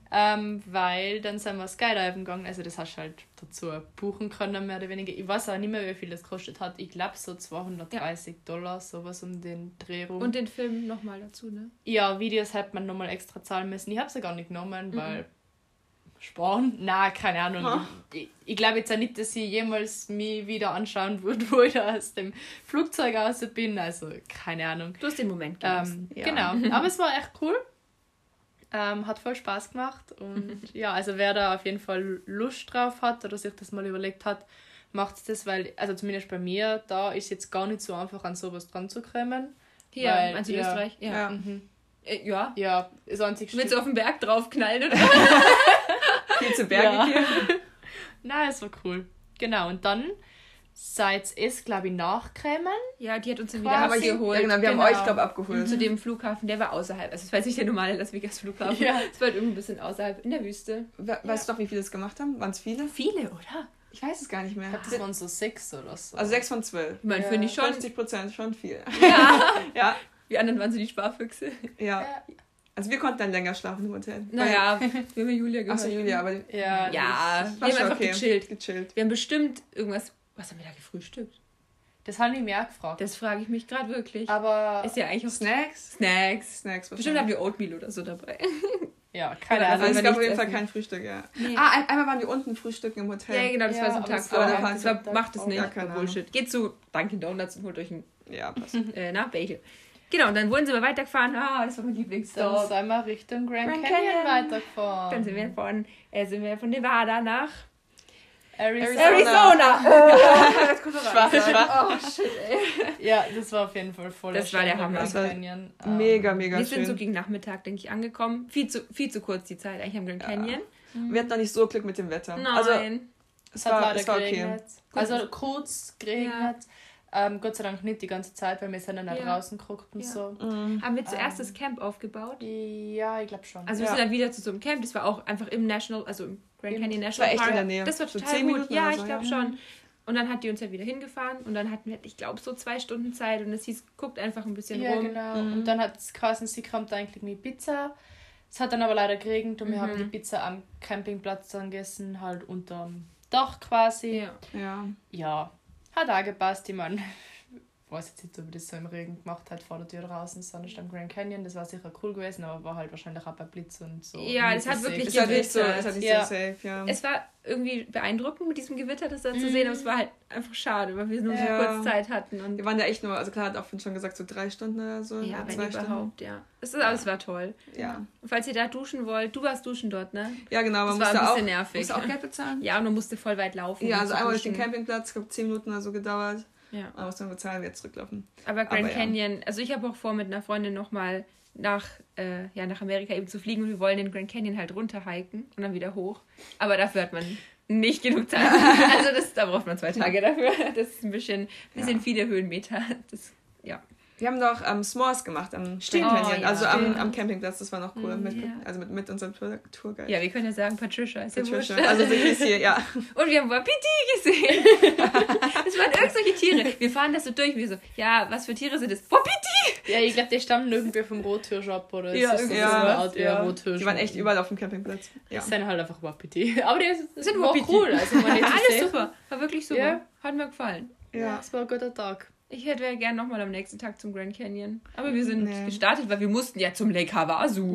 weil dann sind wir Skydiven gegangen. Also das hast du halt dazu buchen können, mehr oder weniger. Ich weiß auch nicht mehr, wie viel das gekostet hat. Ich glaube so $230, sowas um den Dreh rum. Und den Film nochmal dazu, ne? ja, Videos hätte man nochmal extra zahlen müssen. Ich habe sie gar nicht genommen, Mhm. weil sparen? Na, keine Ahnung. Ich glaube jetzt auch nicht, dass ich jemals mich wieder anschauen würde, wo ich da aus dem Flugzeug raus bin. Also, keine Ahnung. Du hast den Moment genossen. Ja. Genau, aber es war echt cool. Hat voll Spaß gemacht. Und ja, also wer da auf jeden Fall Lust drauf hat oder sich das mal überlegt hat, macht das, weil, also zumindest bei mir, da ist jetzt gar nicht so einfach an sowas dran zu kommen. Hier, weil, meinst du ja, Österreich? Ja. Ja. Ja. Ja, das einzige Willst du auf den Berg draufknallen, oder? Viel zu Berge Ja. hier. Nein, es war cool. Genau, und dann seid es, glaube ich, nachgekommen. Ja, die hat uns dann Quasi. wieder abgeholt. Ja, genau, wir haben euch, glaube ich, abgeholt. Zu dem Flughafen, der war außerhalb. Also es war jetzt nicht der normale Las Vegas Flughafen. Ja. Es war halt irgendwie ein bisschen außerhalb in der Wüste. Weißt du noch, wie viele es gemacht haben? Waren es viele? Viele, oder? Ich weiß es gar nicht mehr. Ich glaube, das waren so 6 oder so. Also 6 von 12. Ich meine, Ja. finde ich schon. 50%, schon viel. Ja. Ja, Die anderen waren so die Sparfüchse. ja. Also wir konnten dann länger schlafen im Hotel. Naja, wir haben ja Julia gehört. Achso, Julia, aber Ja, Ja, wir war haben schon einfach okay. gechillt. Wir haben bestimmt irgendwas... Was haben wir da gefrühstückt? das habe ich mir auch gefragt. Das frage ich mich gerade wirklich. Aber Ist ja eigentlich auch Snacks? Snacks. Snacks Bestimmt haben wir Oatmeal oder so dabei. ja, keine Ja, Also Ahnung. es wir gab auf nichts jeden Fall essen. kein Frühstück, ja. Nee. Einmal waren wir unten frühstücken im Hotel. Ja, genau, das Ja, war so ein aber Tag das war vorher. der Das war, Tag macht es vorher. nicht. Ja, keine Bullshit. Geht zu Dunkin' Donuts und holt euch ein Ja, passt. Bagel. Genau, und dann wurden sie mal weitergefahren. Das war mein Dann Lieblingsstop. sind wir Richtung Grand Grand Canyon Canyon. weitergefahren. Dann sind wir von Nevada nach Arizona. Arizona. Schwach. Oh, shit, ey. Ja, das war auf jeden Fall voll Das war der schön, Hammer. Grand Das war Canyon. Mega, mega Wir sind so schön. gegen Nachmittag, denke ich, angekommen. Viel zu kurz die Zeit eigentlich am Grand Canyon. Wir hatten noch nicht so Glück mit dem Wetter. Nein. Also Es hat leider es war okay. geregnet. Also kurz geregnet. Gott sei Dank nicht die ganze Zeit, weil wir sind dann nach Ja. draußen geguckt und Ja. so. Haben wir zuerst das Camp aufgebaut. Ja, ich glaube schon. Also wir Ja. sind dann wieder zu so einem Camp. Das war auch einfach im National, also im Grand Canyon war National echt Park. in der Nähe. Das war So total 10 gut. Minuten Ja, oder ich so, glaube ja. schon. Und dann hat die uns ja wieder hingefahren und dann hatten wir, ich glaube, so 2 Stunden Zeit und es hieß, guckt einfach ein bisschen ja, rum. genau. Und dann hat es geheißen, sie kommt eigentlich mit Pizza. Es hat dann aber leider geregnet und wir haben die Pizza am Campingplatz dann gegessen, halt unterm Dach quasi. Ja. Ja. Ja, hat auch gepasst. Ich meine, ich weiß jetzt nicht, ob ich das so im Regen gemacht hat vor der Tür draußen, sondern am Grand Canyon. Das war sicher cool gewesen, aber war halt wahrscheinlich auch bei Blitz und so. Ja, nicht es so hat safe. wirklich Es hat nicht so, Gewitter. es hat nicht Ja. so safe, ja. Es war irgendwie beeindruckend mit diesem Gewitter, das da zu sehen, aber es war halt einfach schade, weil wir nur so Ja. kurz Zeit hatten. Und Wir waren da echt nur, also klar hat auch schon gesagt, so 3 Stunden oder so. ja, wenn 2 Stunden. überhaupt, ja. Aber es war toll. Ja. Und falls ihr da duschen wollt, du warst duschen dort, ne? Ja, genau, man Das war musste ein auch, bisschen nervig. musste auch Geld bezahlen. Ja, und man musste voll weit laufen. Ja, um also zu einmal durch den duschen. Campingplatz, ich glaube 10 Minuten oder so gedauert. Ja. Man musste dann bezahlen, wieder zurücklaufen. Aber Grand Aber ja. Canyon, also ich habe auch vor, mit einer Freundin nochmal nach Amerika eben zu fliegen und wir wollen den Grand Canyon halt runterhiken und dann wieder hoch. Aber dafür hat man nicht genug Zeit. Also da braucht man 2 Tage dafür. Das ist ein bisschen viele Höhenmeter. Das, ja. Wir haben noch S'mores gemacht am Stimmt. Grand Canyon, Oh, ja, also stimmt. am Campingplatz, das war noch cool. Ja. Also mit unserem Tourguide. Ja, wir können ja sagen, Patricia ist ja wurscht. Patricia. Also sie hieß hier, ja. Und wir haben Wapiti gesehen. Das waren irgendwelche Tiere. Wir fahren das so durch. Wir so, ja, was für Tiere sind das? Wapiti! Ja, ich glaube, die stammen irgendwie vom Rothirschshop oder Ja, es ist so ja, so eine Art ja. Rothirsch. Die waren echt überall auf dem Campingplatz. Ja. Das sind halt einfach Wapiti. Aber die Sind war Wapiti. cool. Also man nicht Alles zu sehen. super. War wirklich super. Ja. Hat mir gefallen. Ja. Es war ein guter Tag. Ich hätte gerne nochmal am nächsten Tag zum Grand Canyon. Aber wir sind Nee. gestartet, weil wir mussten ja zum Lake Havasu.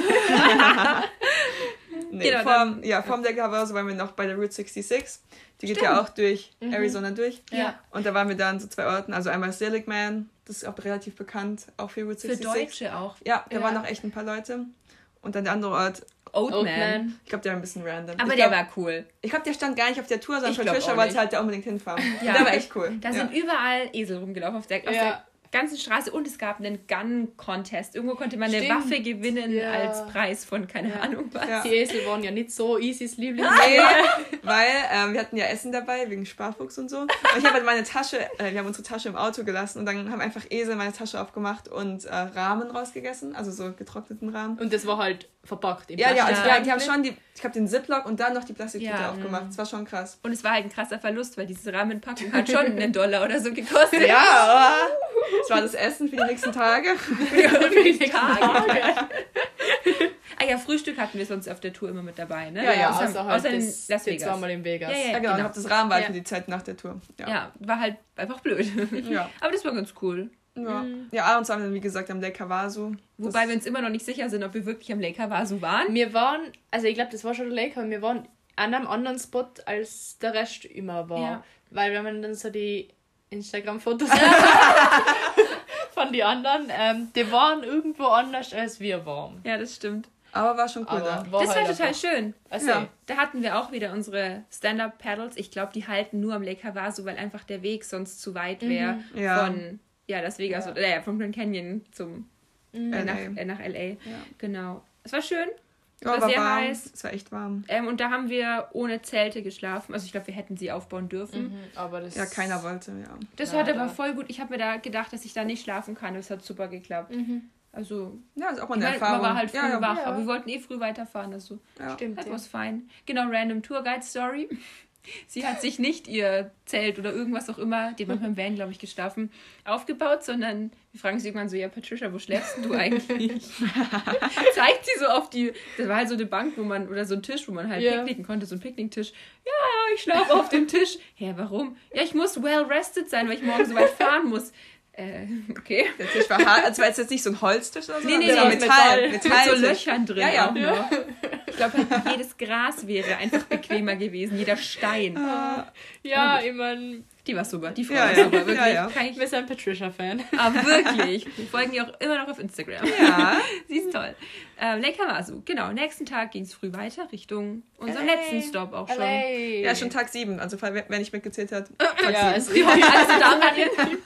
Nee, Genau, vom Lake Havasu waren wir noch bei der Route 66. Die geht ja auch durch Arizona durch. Ja. Und da waren wir dann so 2 Orten. Also einmal Seligman, das ist auch relativ bekannt, auch für Route Für 66. Deutsche auch. Ja, da Ja. waren noch echt ein paar Leute. Und dann der andere Ort, Oatman. ich glaube, der war ein bisschen random. Aber ich der glaub, war cool. Ich glaube, der stand gar nicht auf der Tour, sondern Ich glaub Patricia auch wollte nicht. halt da unbedingt hinfahren. Ja. Der war echt cool. Da ja. sind überall Esel rumgelaufen auf der Ja. ganzen Straße und es gab einen Gun-Contest. Irgendwo konnte man eine Stimmt. Waffe gewinnen Ja. als Preis von keine Ahnung was. Ja. Die Esel waren ja nicht so Isis Liebling. Nee, weil wir hatten ja Essen dabei, wegen Sparfuchs und so. Und ich habe halt meine Tasche, wir haben unsere Tasche im Auto gelassen und dann haben einfach Esel meine Tasche aufgemacht und Rahmen rausgegessen, also so getrockneten Rahmen. Und das war halt verpackt im Ja, ja, also Plastik. die haben schon ich habe den Ziplock und dann noch die Plastiktüte Ja. aufgemacht. Das war schon krass. Und es war halt ein krasser Verlust, weil diese Rahmenpackung hat schon $1 oder so gekostet. Ja, aber das war das Essen für die nächsten Tage. Für die Tage. Ah ja, Frühstück hatten wir sonst auf der Tour immer mit dabei, ne? Ja, ja, außer halt außer in das, Las die Vegas. zweimal in Vegas. Ja, Ja, genau. genau. Ich habe das Rahmen war Ja. für die Zeit nach der Tour. Ja, war halt einfach blöd. Ja. Aber das war ganz cool. Ja, ja, abends waren wir dann, wie gesagt, am Lake Havasu. Wobei wir uns immer noch nicht sicher sind, ob wir wirklich am Lake Havasu waren. Wir waren, also ich glaube, das war schon der Lake, aber wir waren an einem anderen Spot, als der Rest immer war. Ja. Weil wenn man dann so die Instagram-Fotos von den anderen, die waren irgendwo anders, als wir waren. Ja, das stimmt. Aber war schon cool da. Aber war Das war halt total einfach- schön. Also, Ja. Da hatten wir auch wieder unsere Stand-Up-Paddles. Ich glaube, die halten nur am Lake Havasu, weil einfach der Weg sonst zu weit wäre Ja. von Las Vegas oder vom Grand Canyon zum LA. nach LA. Ja. Genau. Es war schön. Es war sehr warm. heiß. Es war echt warm. Und da haben wir ohne Zelte geschlafen. Also ich glaube, wir hätten sie aufbauen dürfen. Aber das Ja, keiner wollte, ja. Das hat aber voll gut. Ich habe mir da gedacht, dass ich da nicht schlafen kann. Das hat super geklappt. Also, Ja, ist auch mal ich eine meine, Erfahrung. man war halt früh ja. wach, aber wir wollten früh weiterfahren. Also, Stimmt. das war fein. Genau, Random Tourguide Story. Sie hat sich nicht ihr Zelt oder irgendwas auch immer, die haben beim Van, glaube ich, geschlafen, aufgebaut, sondern wir fragen sie irgendwann so, ja, Patricia, wo schläfst du eigentlich? Zeigt sie so auf die, das war halt so eine Bank, wo man, oder so ein Tisch, wo man halt picknicken konnte, so ein Picknicktisch. Ja, ich schlafe auf dem Tisch. Hä, warum? Ja, ich muss well rested sein, weil ich morgen so weit fahren muss. Okay. Der Tisch war hart, also war jetzt nicht so ein Holztisch oder so? Nee, sondern Metall. Mit so Löchern drin. Ja. Auch noch. Ich glaube, halt, jedes Gras wäre einfach bequemer gewesen, jeder Stein. Ja, ich meine, Die war super, die Frau Ja, war ja. super, wirklich. Ja. Kann ich, wir sind Patricia-Fan. aber wirklich. Wir folgen ihr auch immer noch auf Instagram. Ja. Sie ist toll. Lake Havasu, genau. Nächsten Tag ging es früh weiter Richtung unserem LA. letzten Stop auch schon. LA. Ja, schon Tag 7, also wer nicht mitgezählt hat. Ja, es Die haben alles zusammen.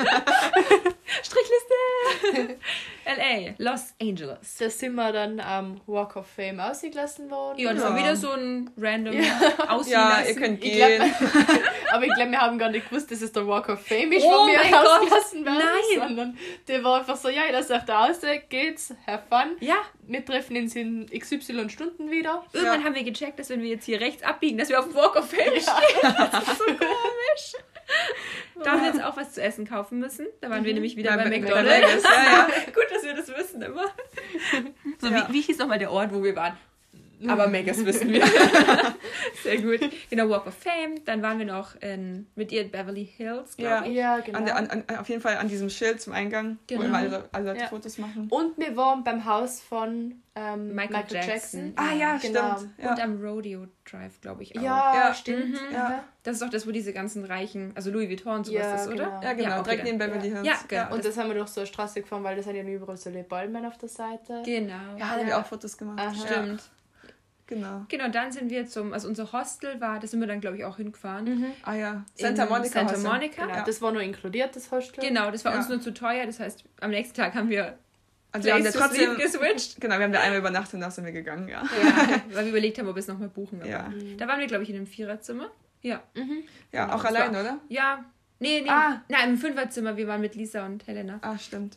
Strichliste. LA, Los Angeles. Da sind wir dann am Walk of Fame ausgelassen worden. Ja, das war wieder so ein random Ausziehen Ja, lassen. ihr könnt Ich gehen. Aber ich glaube, wir haben gar nicht gewusst, dass es der Walk of Fame ist, Oh wo wir mein Gott, rausgelassen werden. nein. Sondern der war einfach so, ja, das sagt da raus, geht's, have fun. Ja, Wir treffen uns in XY Stunden wieder. irgendwann haben wir gecheckt, dass wenn wir jetzt hier rechts abbiegen, dass wir auf dem Walk of Fame stehen. Das ist so komisch. Da haben wir jetzt auch was zu essen kaufen müssen. Da waren wir nämlich wieder bei McDonald's. Ja. Gut, dass wir das wissen immer. So, Ja. wie hieß nochmal der Ort, wo wir waren? Aber Megas wissen wir. Sehr gut. Genau, Walk of Fame. Dann waren wir noch mit ihr in Beverly Hills, glaube ich. Ja, genau. Auf jeden Fall an diesem Schild zum Eingang, Genau. wo immer alle Leute Ja. Fotos machen. Und wir waren beim Haus von Michael Jackson. Ah ja, Genau. stimmt. Ja. Und am Rodeo Drive, glaube ich auch. Ja, Ja. stimmt. Ja. Das ist doch das, wo diese ganzen reichen, also Louis Vuitton und sowas Ja, ist, oder? genau. Ja, genau, Ja, direkt okay, neben Beverly Hills. Ja, genau. Und das haben wir durch so eine Straße gefahren, weil das sind ja überall so Palmen auf der Seite. Genau. Ja, da haben wir auch Fotos gemacht. Aha. Stimmt. Genau. Genau, dann sind wir also unser Hostel war, da sind wir dann, glaube ich, auch hingefahren. Ah ja, In Santa Monica. Santa Hostel. Monica. Genau, Ja. das war nur inkludiert, das Hostel. Genau, das war Ja. uns nur zu teuer, das heißt, am nächsten Tag haben wir Also wir haben ja Place to sleep trotzdem, geswitcht. genau, wir haben da einmal übernachtet und dann sind wir gegangen, ja. Ja, weil wir überlegt haben, ob wir es nochmal buchen. Aber Ja, da waren wir, glaube ich, in einem Viererzimmer. Ja. ja auch das allein, war- oder? Ja. Nee. Ah. Nein, im Fünferzimmer. Wir waren mit Lisa und Helena. Ah, stimmt.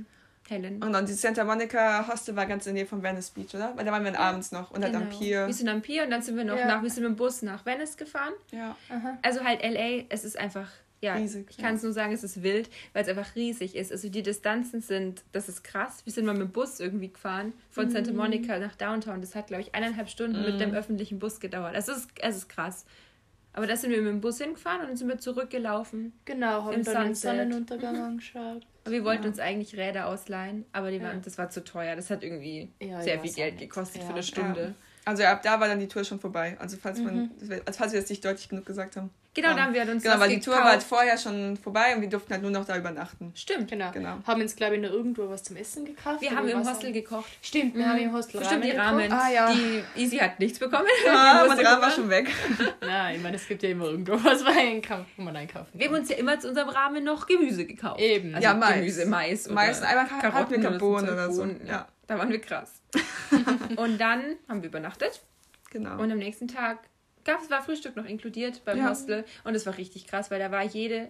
Helen. Und dann die Santa Monica Hostel war ganz in der Nähe von Venice Beach, oder? Weil da waren wir abends noch und halt am Pier. Wir sind am Pier und dann sind wir noch Ja. wir sind mit dem Bus nach Venice gefahren. Ja. Also halt LA, es ist einfach, ja, Riesig, ich kann es nur sagen, es ist wild, weil es einfach riesig ist. Also die Distanzen sind, das ist krass. Wir sind mal mit dem Bus irgendwie gefahren, von Santa Monica nach Downtown. Das hat, glaube ich, 1,5 Stunden mit dem öffentlichen Bus gedauert. Es ist krass. Aber da sind wir mit dem Bus hingefahren und dann sind wir zurückgelaufen. Genau, haben Im dann den Sunset. Sonnenuntergang angeschaut. Und wir wollten uns eigentlich Räder ausleihen, aber das war zu teuer. Das hat irgendwie Ja, sehr ich viel weiß Geld auch nicht. gekostet Ja. für eine Stunde. Ja. Also ab da war dann die Tour schon vorbei. Also falls wir jetzt nicht deutlich genug gesagt haben. Genau, da haben wir uns Genau, was weil die Tour war gekauft. halt vorher schon vorbei und wir durften halt nur noch da übernachten. Stimmt. Genau. Genau. Haben uns, glaube ich, noch irgendwo was zum Essen gekauft. Wir oder haben im was Hostel haben- gekocht. Stimmt, wir haben im Hostel Bestimmt die Ramen Ramen. gekocht. Ah, ja. Die Easy hat nichts bekommen. Ah, Die mein musste Rahmen war gucken. schon weg. Nein, ich meine, es gibt ja immer irgendwo was, wo man einkaufen Wir haben uns ja immer zu unserem Ramen noch Gemüse gekauft. Eben. Also Ja, Mais. Gemüse, Mais oder Mais und einmal hatten Karotten wir Bohnen so oder so. Bohnen, Ja. Da waren wir krass. Und dann haben wir übernachtet. Genau. Und am nächsten Tag war Frühstück noch inkludiert beim Ja. Hostel. Und es war richtig krass, weil da war jede,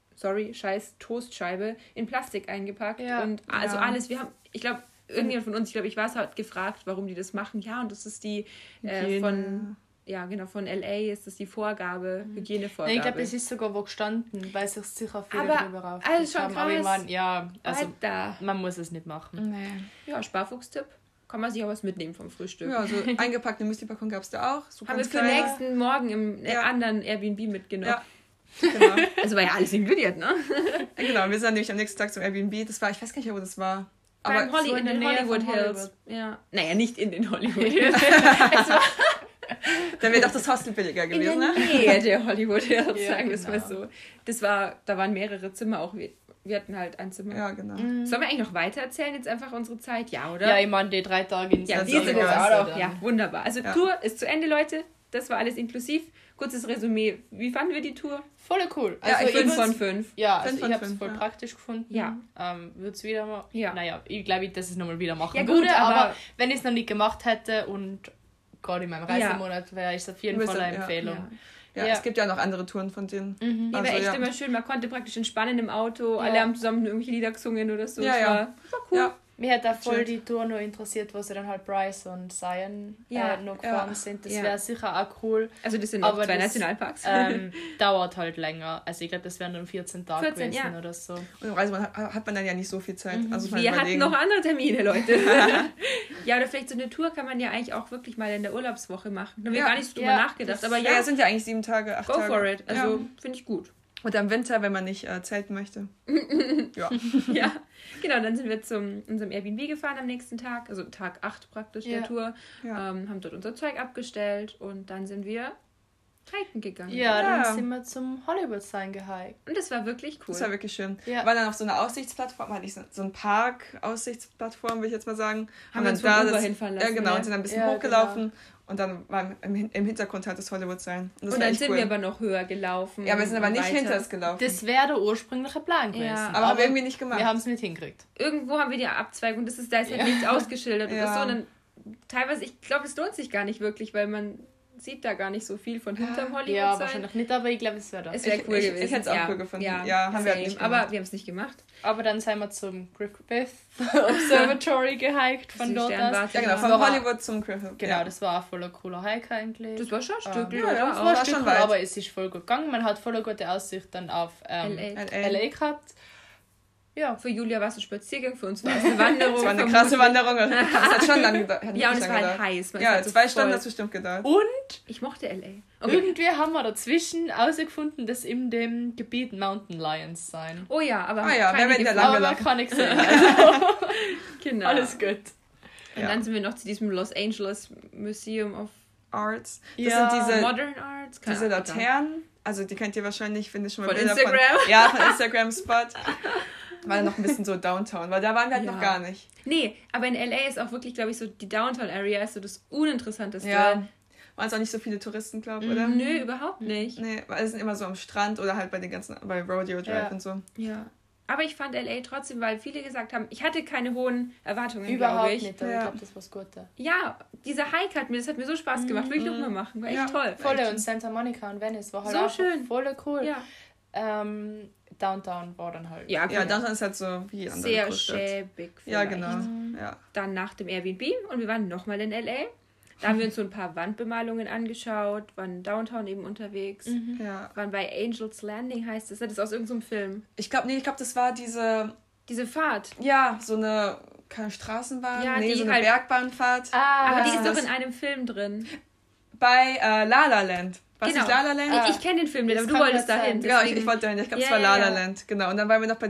scheiß Toastscheibe in Plastik eingepackt. Ja. Und also Ja. alles. Ich glaube, irgendjemand von uns, ich war es, hat gefragt, warum die das machen. Ja, und das ist die von LA ist das die Vorgabe, Hygienevorgabe. Nein, ich glaube, es ist sogar wo gestanden, weil sich sicher viele Aber drüber alles aufgeregt schon haben. Aber ich krass. meine, ja, also Alter. man muss es nicht machen. Nee. Ja, Sparfuchstipp. Kann man sich auch was mitnehmen vom Frühstück. Ja, so eingepackte Müsli-Packung gab es da auch. So Haben wir ganz für den kleine. nächsten Morgen im Ja. anderen Airbnb mitgenommen. Ja. Genau. Also war ja alles inkludiert, ne? Genau, wir sind dann nämlich am nächsten Tag zum Airbnb. Das war, ich weiß gar nicht, wo das war. Aber Beim so in den Nähe Hollywood von Hills. Ja. Naja, nicht in den Hollywood Hills. dann wäre doch das Hostel billiger In gewesen, der ne? Nähe der Hollywood Hills, Ja, sagen wir es mal genau. so. Da waren mehrere Zimmer auch. Wir hatten halt ein Zimmer. Ja, genau. Sollen wir eigentlich noch weiter erzählen, jetzt einfach unsere Zeit? Ja, oder? Ja, ich meine, die 3 Tage ins Ja, das wir ist sind egal. jetzt auch noch. dann. Ja, wunderbar. Also Ja. Tour ist zu Ende, Leute. das war alles inklusiv. Kurzes Resümee. Wie fanden wir die Tour? Voll cool. Ja, Also ich 5 von 5. Ja, also 5 von ich habe es 5, voll ja. praktisch gefunden. Ja. Würde es wieder mal... Ja. Naja, ich glaube, dass ich es nochmal wieder machen Ja, gut, würde, aber- aber wenn ich es noch nicht gemacht hätte und gerade in meinem Reisemonat wäre es auf jeden Du Fall bist- eine ja. Empfehlung. Ja, Ja. es gibt ja noch andere Touren von denen. Die war Also, echt ja. immer schön. Man konnte praktisch entspannen im Auto. Ja. Alle haben zusammen irgendwelche Lieder gesungen oder so. Ja, Das ja. war cool. Ja. Mir hat auch voll Schön. die Tour noch interessiert, wo sie dann halt Bryce und Zion Ja, noch gefahren ja. sind. Das Ja. wäre sicher auch cool. Also das sind auch Aber 2 das, Nationalparks. Dauert halt länger. Also ich glaube, das wären dann 14 Tage 14, gewesen ja. oder so. Und im Reisemonat hat man dann ja nicht so viel Zeit. Also muss man Wir hatten überlegen. noch andere Termine, Leute. Ja, oder vielleicht so eine Tour kann man ja eigentlich auch wirklich mal in der Urlaubswoche machen. Da haben wir Ja. gar nicht so drüber Ja, nachgedacht. das- Aber Ja, ja, es sind ja eigentlich 7 Tage, 8 go Tage. for it. Also Ja. finde ich gut. Und im Winter, wenn man nicht zelten möchte. Ja. Ja, genau. Dann sind wir zu unserem Airbnb gefahren am nächsten Tag. Also Tag 8 praktisch der Ja. Tour. Ja. Haben dort unser Zeug abgestellt und dann sind wir hiken gegangen. Ja, Ja. dann sind wir zum Hollywood-Sign gehiked. Und das war wirklich cool. Das war wirklich schön. Ja. Wir waren dann auf so einer Aussichtsplattform, hatte ich so ein Park-Aussichtsplattform, will ich jetzt mal sagen. Haben wir uns vom Uber hinfahren lassen, Ja, genau. ja. Und sind dann ein bisschen Ja, hochgelaufen. Und dann war im Hintergrund halt das Hollywood sein. Das Und war dann echt sind cool. wir aber noch höher gelaufen. Ja, wir sind aber und nicht weiter. hinter es gelaufen. Das wäre der ursprüngliche Plan gewesen. Ja. aber haben wir irgendwie nicht gemacht. Wir haben es nicht hingekriegt. Irgendwo haben wir die Abzweigung. Da ist halt Ja. nichts ausgeschildert Ja. oder so. Und dann, teilweise, ich glaube, es lohnt sich gar nicht wirklich, weil man sieht da gar nicht so viel von hinterm Hollywood Ja, sein. wahrscheinlich nicht, aber ich glaube, es wäre das. Es wäre cool ich gewesen. hätte es auch ja. cool gefunden. Ja, Ja, haben wir halt same. nicht Aber gemacht. wir haben es nicht gemacht. Aber dann sind wir zum Griffith Observatory gehiked von Die dort aus. Sternwarte. Ja, genau. Das Von war- Hollywood zum Griffith. Genau, Ja. das war auch voll ein cooler Hike eigentlich. Das war schon ein Stück, ja, oder? das Auch war ein schon Stück, weit. aber es ist voll gut gegangen. Man hat voll eine gute Aussicht dann auf LA. LA gehabt. Ja, Für Julia war es ein Spaziergang, für uns war es eine Wanderung. Das war eine vermutlich. krasse Wanderung. Das hat schon lange gedauert. Hat Ja, und wirklich es war lange halt gedauert. heiß. Man ist Ja, halt so 2 Stunden voll- hat es bestimmt gedauert. und Ich mochte LA. Okay. irgendwie haben wir dazwischen herausgefunden, dass in dem Gebiet Mountain Lions sein. Oh ja, aber Ah ja, keine wer wird da gefunden. lang Aber man gelaufen? kann nichts sehen. Also, Genau. alles gut. Und Ja. dann sind wir noch zu diesem Los Angeles Museum of Arts. Das Ja, sind diese Modern Arts. Keine Diese Ahnung. Laternen, also die kennt ihr wahrscheinlich, finde ich schon mal Von Bilder Instagram? Von, ja, von Instagram-Spot. War dann noch ein bisschen so Downtown, weil da waren wir halt Ja. noch gar nicht. Nee, aber in LA ist auch wirklich, glaube ich, so die Downtown-Area ist so das Uninteressanteste. Ja. Waren es auch nicht so viele Touristen, glaube ich, oder? Nö, überhaupt nicht. Nee, weil es sind immer so am Strand oder halt bei den ganzen, bei Rodeo Drive Ja. und so. Ja. Aber ich fand LA trotzdem, weil viele gesagt haben, ich hatte keine hohen Erwartungen, Überhaupt glaube ich. nicht, aber Ja. ich glaube, das war das Gute. Ja, dieser Hike das hat mir so Spaß gemacht. Will ich nochmal machen. War echt Ja, toll. Volle und Santa Monica und Venice war halt So auch schön. voll cool. Ja, Downtown war dann halt. ja, Ja, genau. Downtown ist halt so wie die andere Sehr Großstadt. schäbig. Ja, vielleicht. genau. Ja. Dann nach dem Airbnb und wir waren nochmal in LA. Da haben wir uns so ein paar Wandbemalungen angeschaut, waren Downtown eben unterwegs, Ja. waren bei Angel's Landing, heißt es. Das ist aus irgendeinem Film. Ich glaube, das war diese, Diese Fahrt. ja, so eine, keine Straßenbahn, Ja, nee, die so eine halt- Bergbahnfahrt. Aber die ist das- doch in einem Film drin. Bei La La Land. Was Genau. ist La La Land? Ich kenne den Film nicht, Das aber du kann wolltest gut sein. dahin. Genau, deswegen- ich wollte dahin. Ich glaube, es Ja, war La ja, La ja. Land. Genau. Und dann waren wir noch bei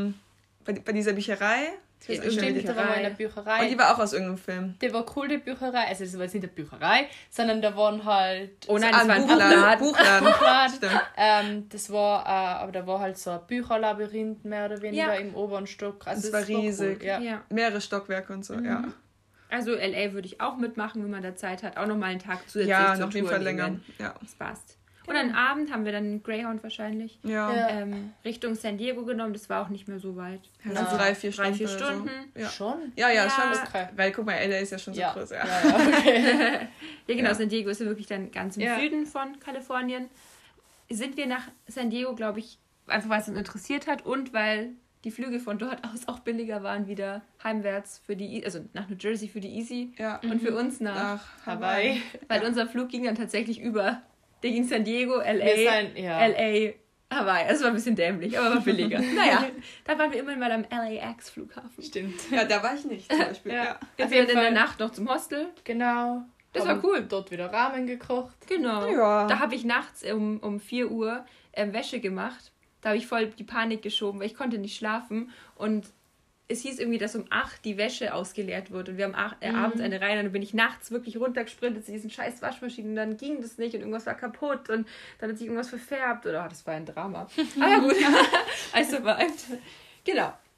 dieser Bücherei. Ich weiß nicht, Stimmt, wie die- Da waren wir in der Und Bücherei. die war auch aus irgendeinem Film. Die war cool, die Bücherei. Also, das war jetzt nicht eine Bücherei, sondern da waren halt. Oh nein, Ah, das war ein Buchladen. Buchladen. Buchladen. Stimmt. Das war, aber da war halt so ein Bücherlabyrinth mehr oder weniger Ja. im oberen Stock. Also Das war riesig. Cool. Ja. Ja. Mehrere Stockwerke und so, ja. Also LA würde ich auch mitmachen, wenn man da Zeit hat. Auch nochmal einen Tag zusätzlich Ja, zur noch jeden Tour Fall länger. nehmen. Ja. Das passt. Und am Abend haben wir dann Greyhound wahrscheinlich Ja. Ja. Richtung San Diego genommen. Das war auch nicht mehr so weit. Also Na, 3-4 Stunden. 3-4 oder Stunden. So. Ja. Schon? Ja, Ja. schon. Okay. Weil guck mal, LA ist ja schon so Ja. groß. Ja, Ja. ja, okay. Ja, genau. Ja. San Diego ist ja wirklich dann ganz im Ja. Süden von Kalifornien. Sind wir nach San Diego, glaube ich, einfach weil es uns interessiert hat und weil die Flüge von dort aus auch billiger waren wieder heimwärts für die, also nach New Jersey für die Easy Ja. und für uns nach, Nach Hawaii. weil unser Flug ging dann tatsächlich über, der ging San Diego, LA, Wir sind, ja. LA, Hawaii. Es war ein bisschen dämlich, aber war billiger. Naja, da waren wir immerhin mal am LAX-Flughafen. Stimmt. Ja, da war ich nicht zum Beispiel. Ja. Ja. Jetzt Auf sind wir jeden in der Fall. Nacht noch zum Hostel. Genau. Das Haben war cool. Dort wieder Ramen gekocht. Genau. Ja. Da habe ich nachts um 4 Uhr Wäsche gemacht. Da habe ich voll die Panik geschoben, weil ich konnte nicht schlafen. Und es hieß irgendwie, dass um 8 die Wäsche ausgeleert wird. Und wir haben abends eine rein. Und dann bin ich nachts wirklich runtergesprintet zu diesen scheiß Waschmaschinen. Und dann ging das nicht und irgendwas war kaputt. Und dann hat sich irgendwas verfärbt. Oder das war ein Drama. Aber gut, I survived. Genau.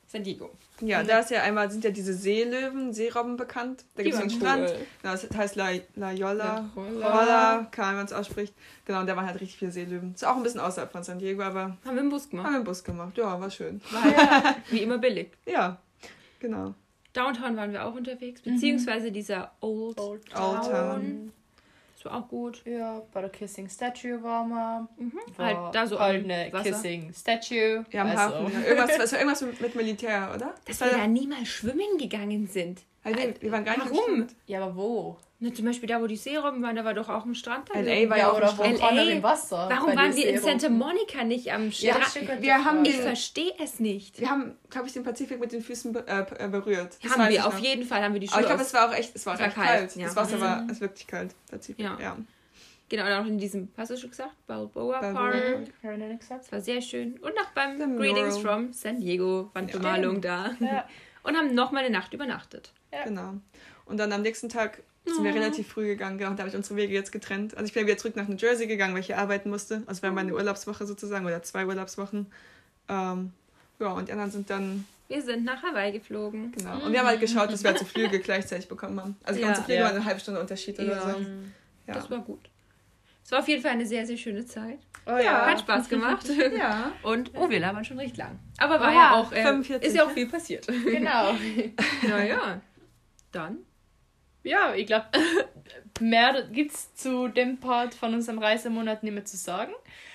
San Diego. Ja, da ist ja einmal, sind ja diese Seerobben bekannt. Da gibt es einen Strand. Genau, das heißt La Jolla, keine Ahnung, wie man es ausspricht. Genau, und da waren halt richtig viele Seelöwen. Ist auch ein bisschen außerhalb von San Diego, aber... Haben wir im Bus gemacht. Ja, war schön. War halt wie immer billig. Ja, genau. Downtown waren wir auch unterwegs, beziehungsweise dieser Old Town. Das war auch gut. Ja, bei der Kissing Statue waren wir. Halt da so halt eine Kissing Statue. Ja, am Hafen. Irgendwas mit Militär, oder? Dass wir da niemals schwimmen gegangen sind. Wir waren gar nicht Warum? Ja, aber wo? Na, zum Beispiel da, wo die Seerobben waren, da war doch auch ein Strand. LA war ja auch oder wo LA. im Wasser. Warum waren wir in Santa Monica nicht am Strand? Ich verstehe es nicht. Wir haben, glaube ich, den Pazifik mit den Füßen berührt. Das haben wir, auf jeden Fall haben wir die Schuhe. Aber ich glaube, es war auch echt kalt. Ja. Das Wasser war wirklich kalt. Pazifik. Ja. Genau, und auch in diesem, hast du schon gesagt? Balboa Park. Das war sehr schön. Und noch beim Greetings from San Diego, Wandbemalung da. Ja. Und haben noch mal eine Nacht übernachtet. Ja. Genau. Und dann am nächsten Tag sind wir relativ früh gegangen. Genau, da habe ich unsere Wege jetzt getrennt. Also ich bin wieder zurück nach New Jersey gegangen, weil ich hier arbeiten musste. Also war meine Urlaubswoche sozusagen, oder 2 Urlaubswochen. Ja, und die anderen sind dann... Wir sind nach Hawaii geflogen. Genau. Und wir haben halt geschaut, dass wir halt so Flüge gleichzeitig bekommen haben. Also ganze Flüge waren eine halbe Stunde Unterschied oder so. Ja. Das war gut. Es war auf jeden Fall eine sehr, sehr schöne Zeit. Oh ja. Hat Spaß gemacht. Ja. Und wir labern schon recht lang. Aber war ja auch 45, ist ja auch viel passiert. Genau. Naja, dann. Ja, ich glaube, mehr gibt es zu dem Part von unserem Reisemonat nicht mehr zu sagen.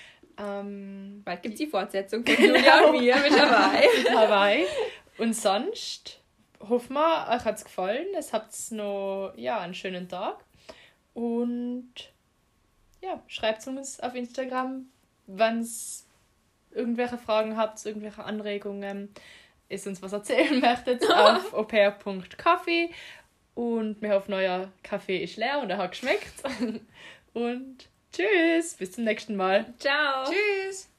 Bald gibt es die Fortsetzung von Julia und mir mit Hawaii. Und sonst hoffen wir, euch hat es gefallen. Es habt noch einen schönen Tag. Und ja, schreibt uns auf Instagram, wenn ihr irgendwelche Fragen habt, irgendwelche Anregungen, ihr uns was erzählen möchtet, auf au-pair.coffee. Und wir hoffen, euer Kaffee ist leer und er hat geschmeckt. Und tschüss, bis zum nächsten Mal. Ciao. Tschüss.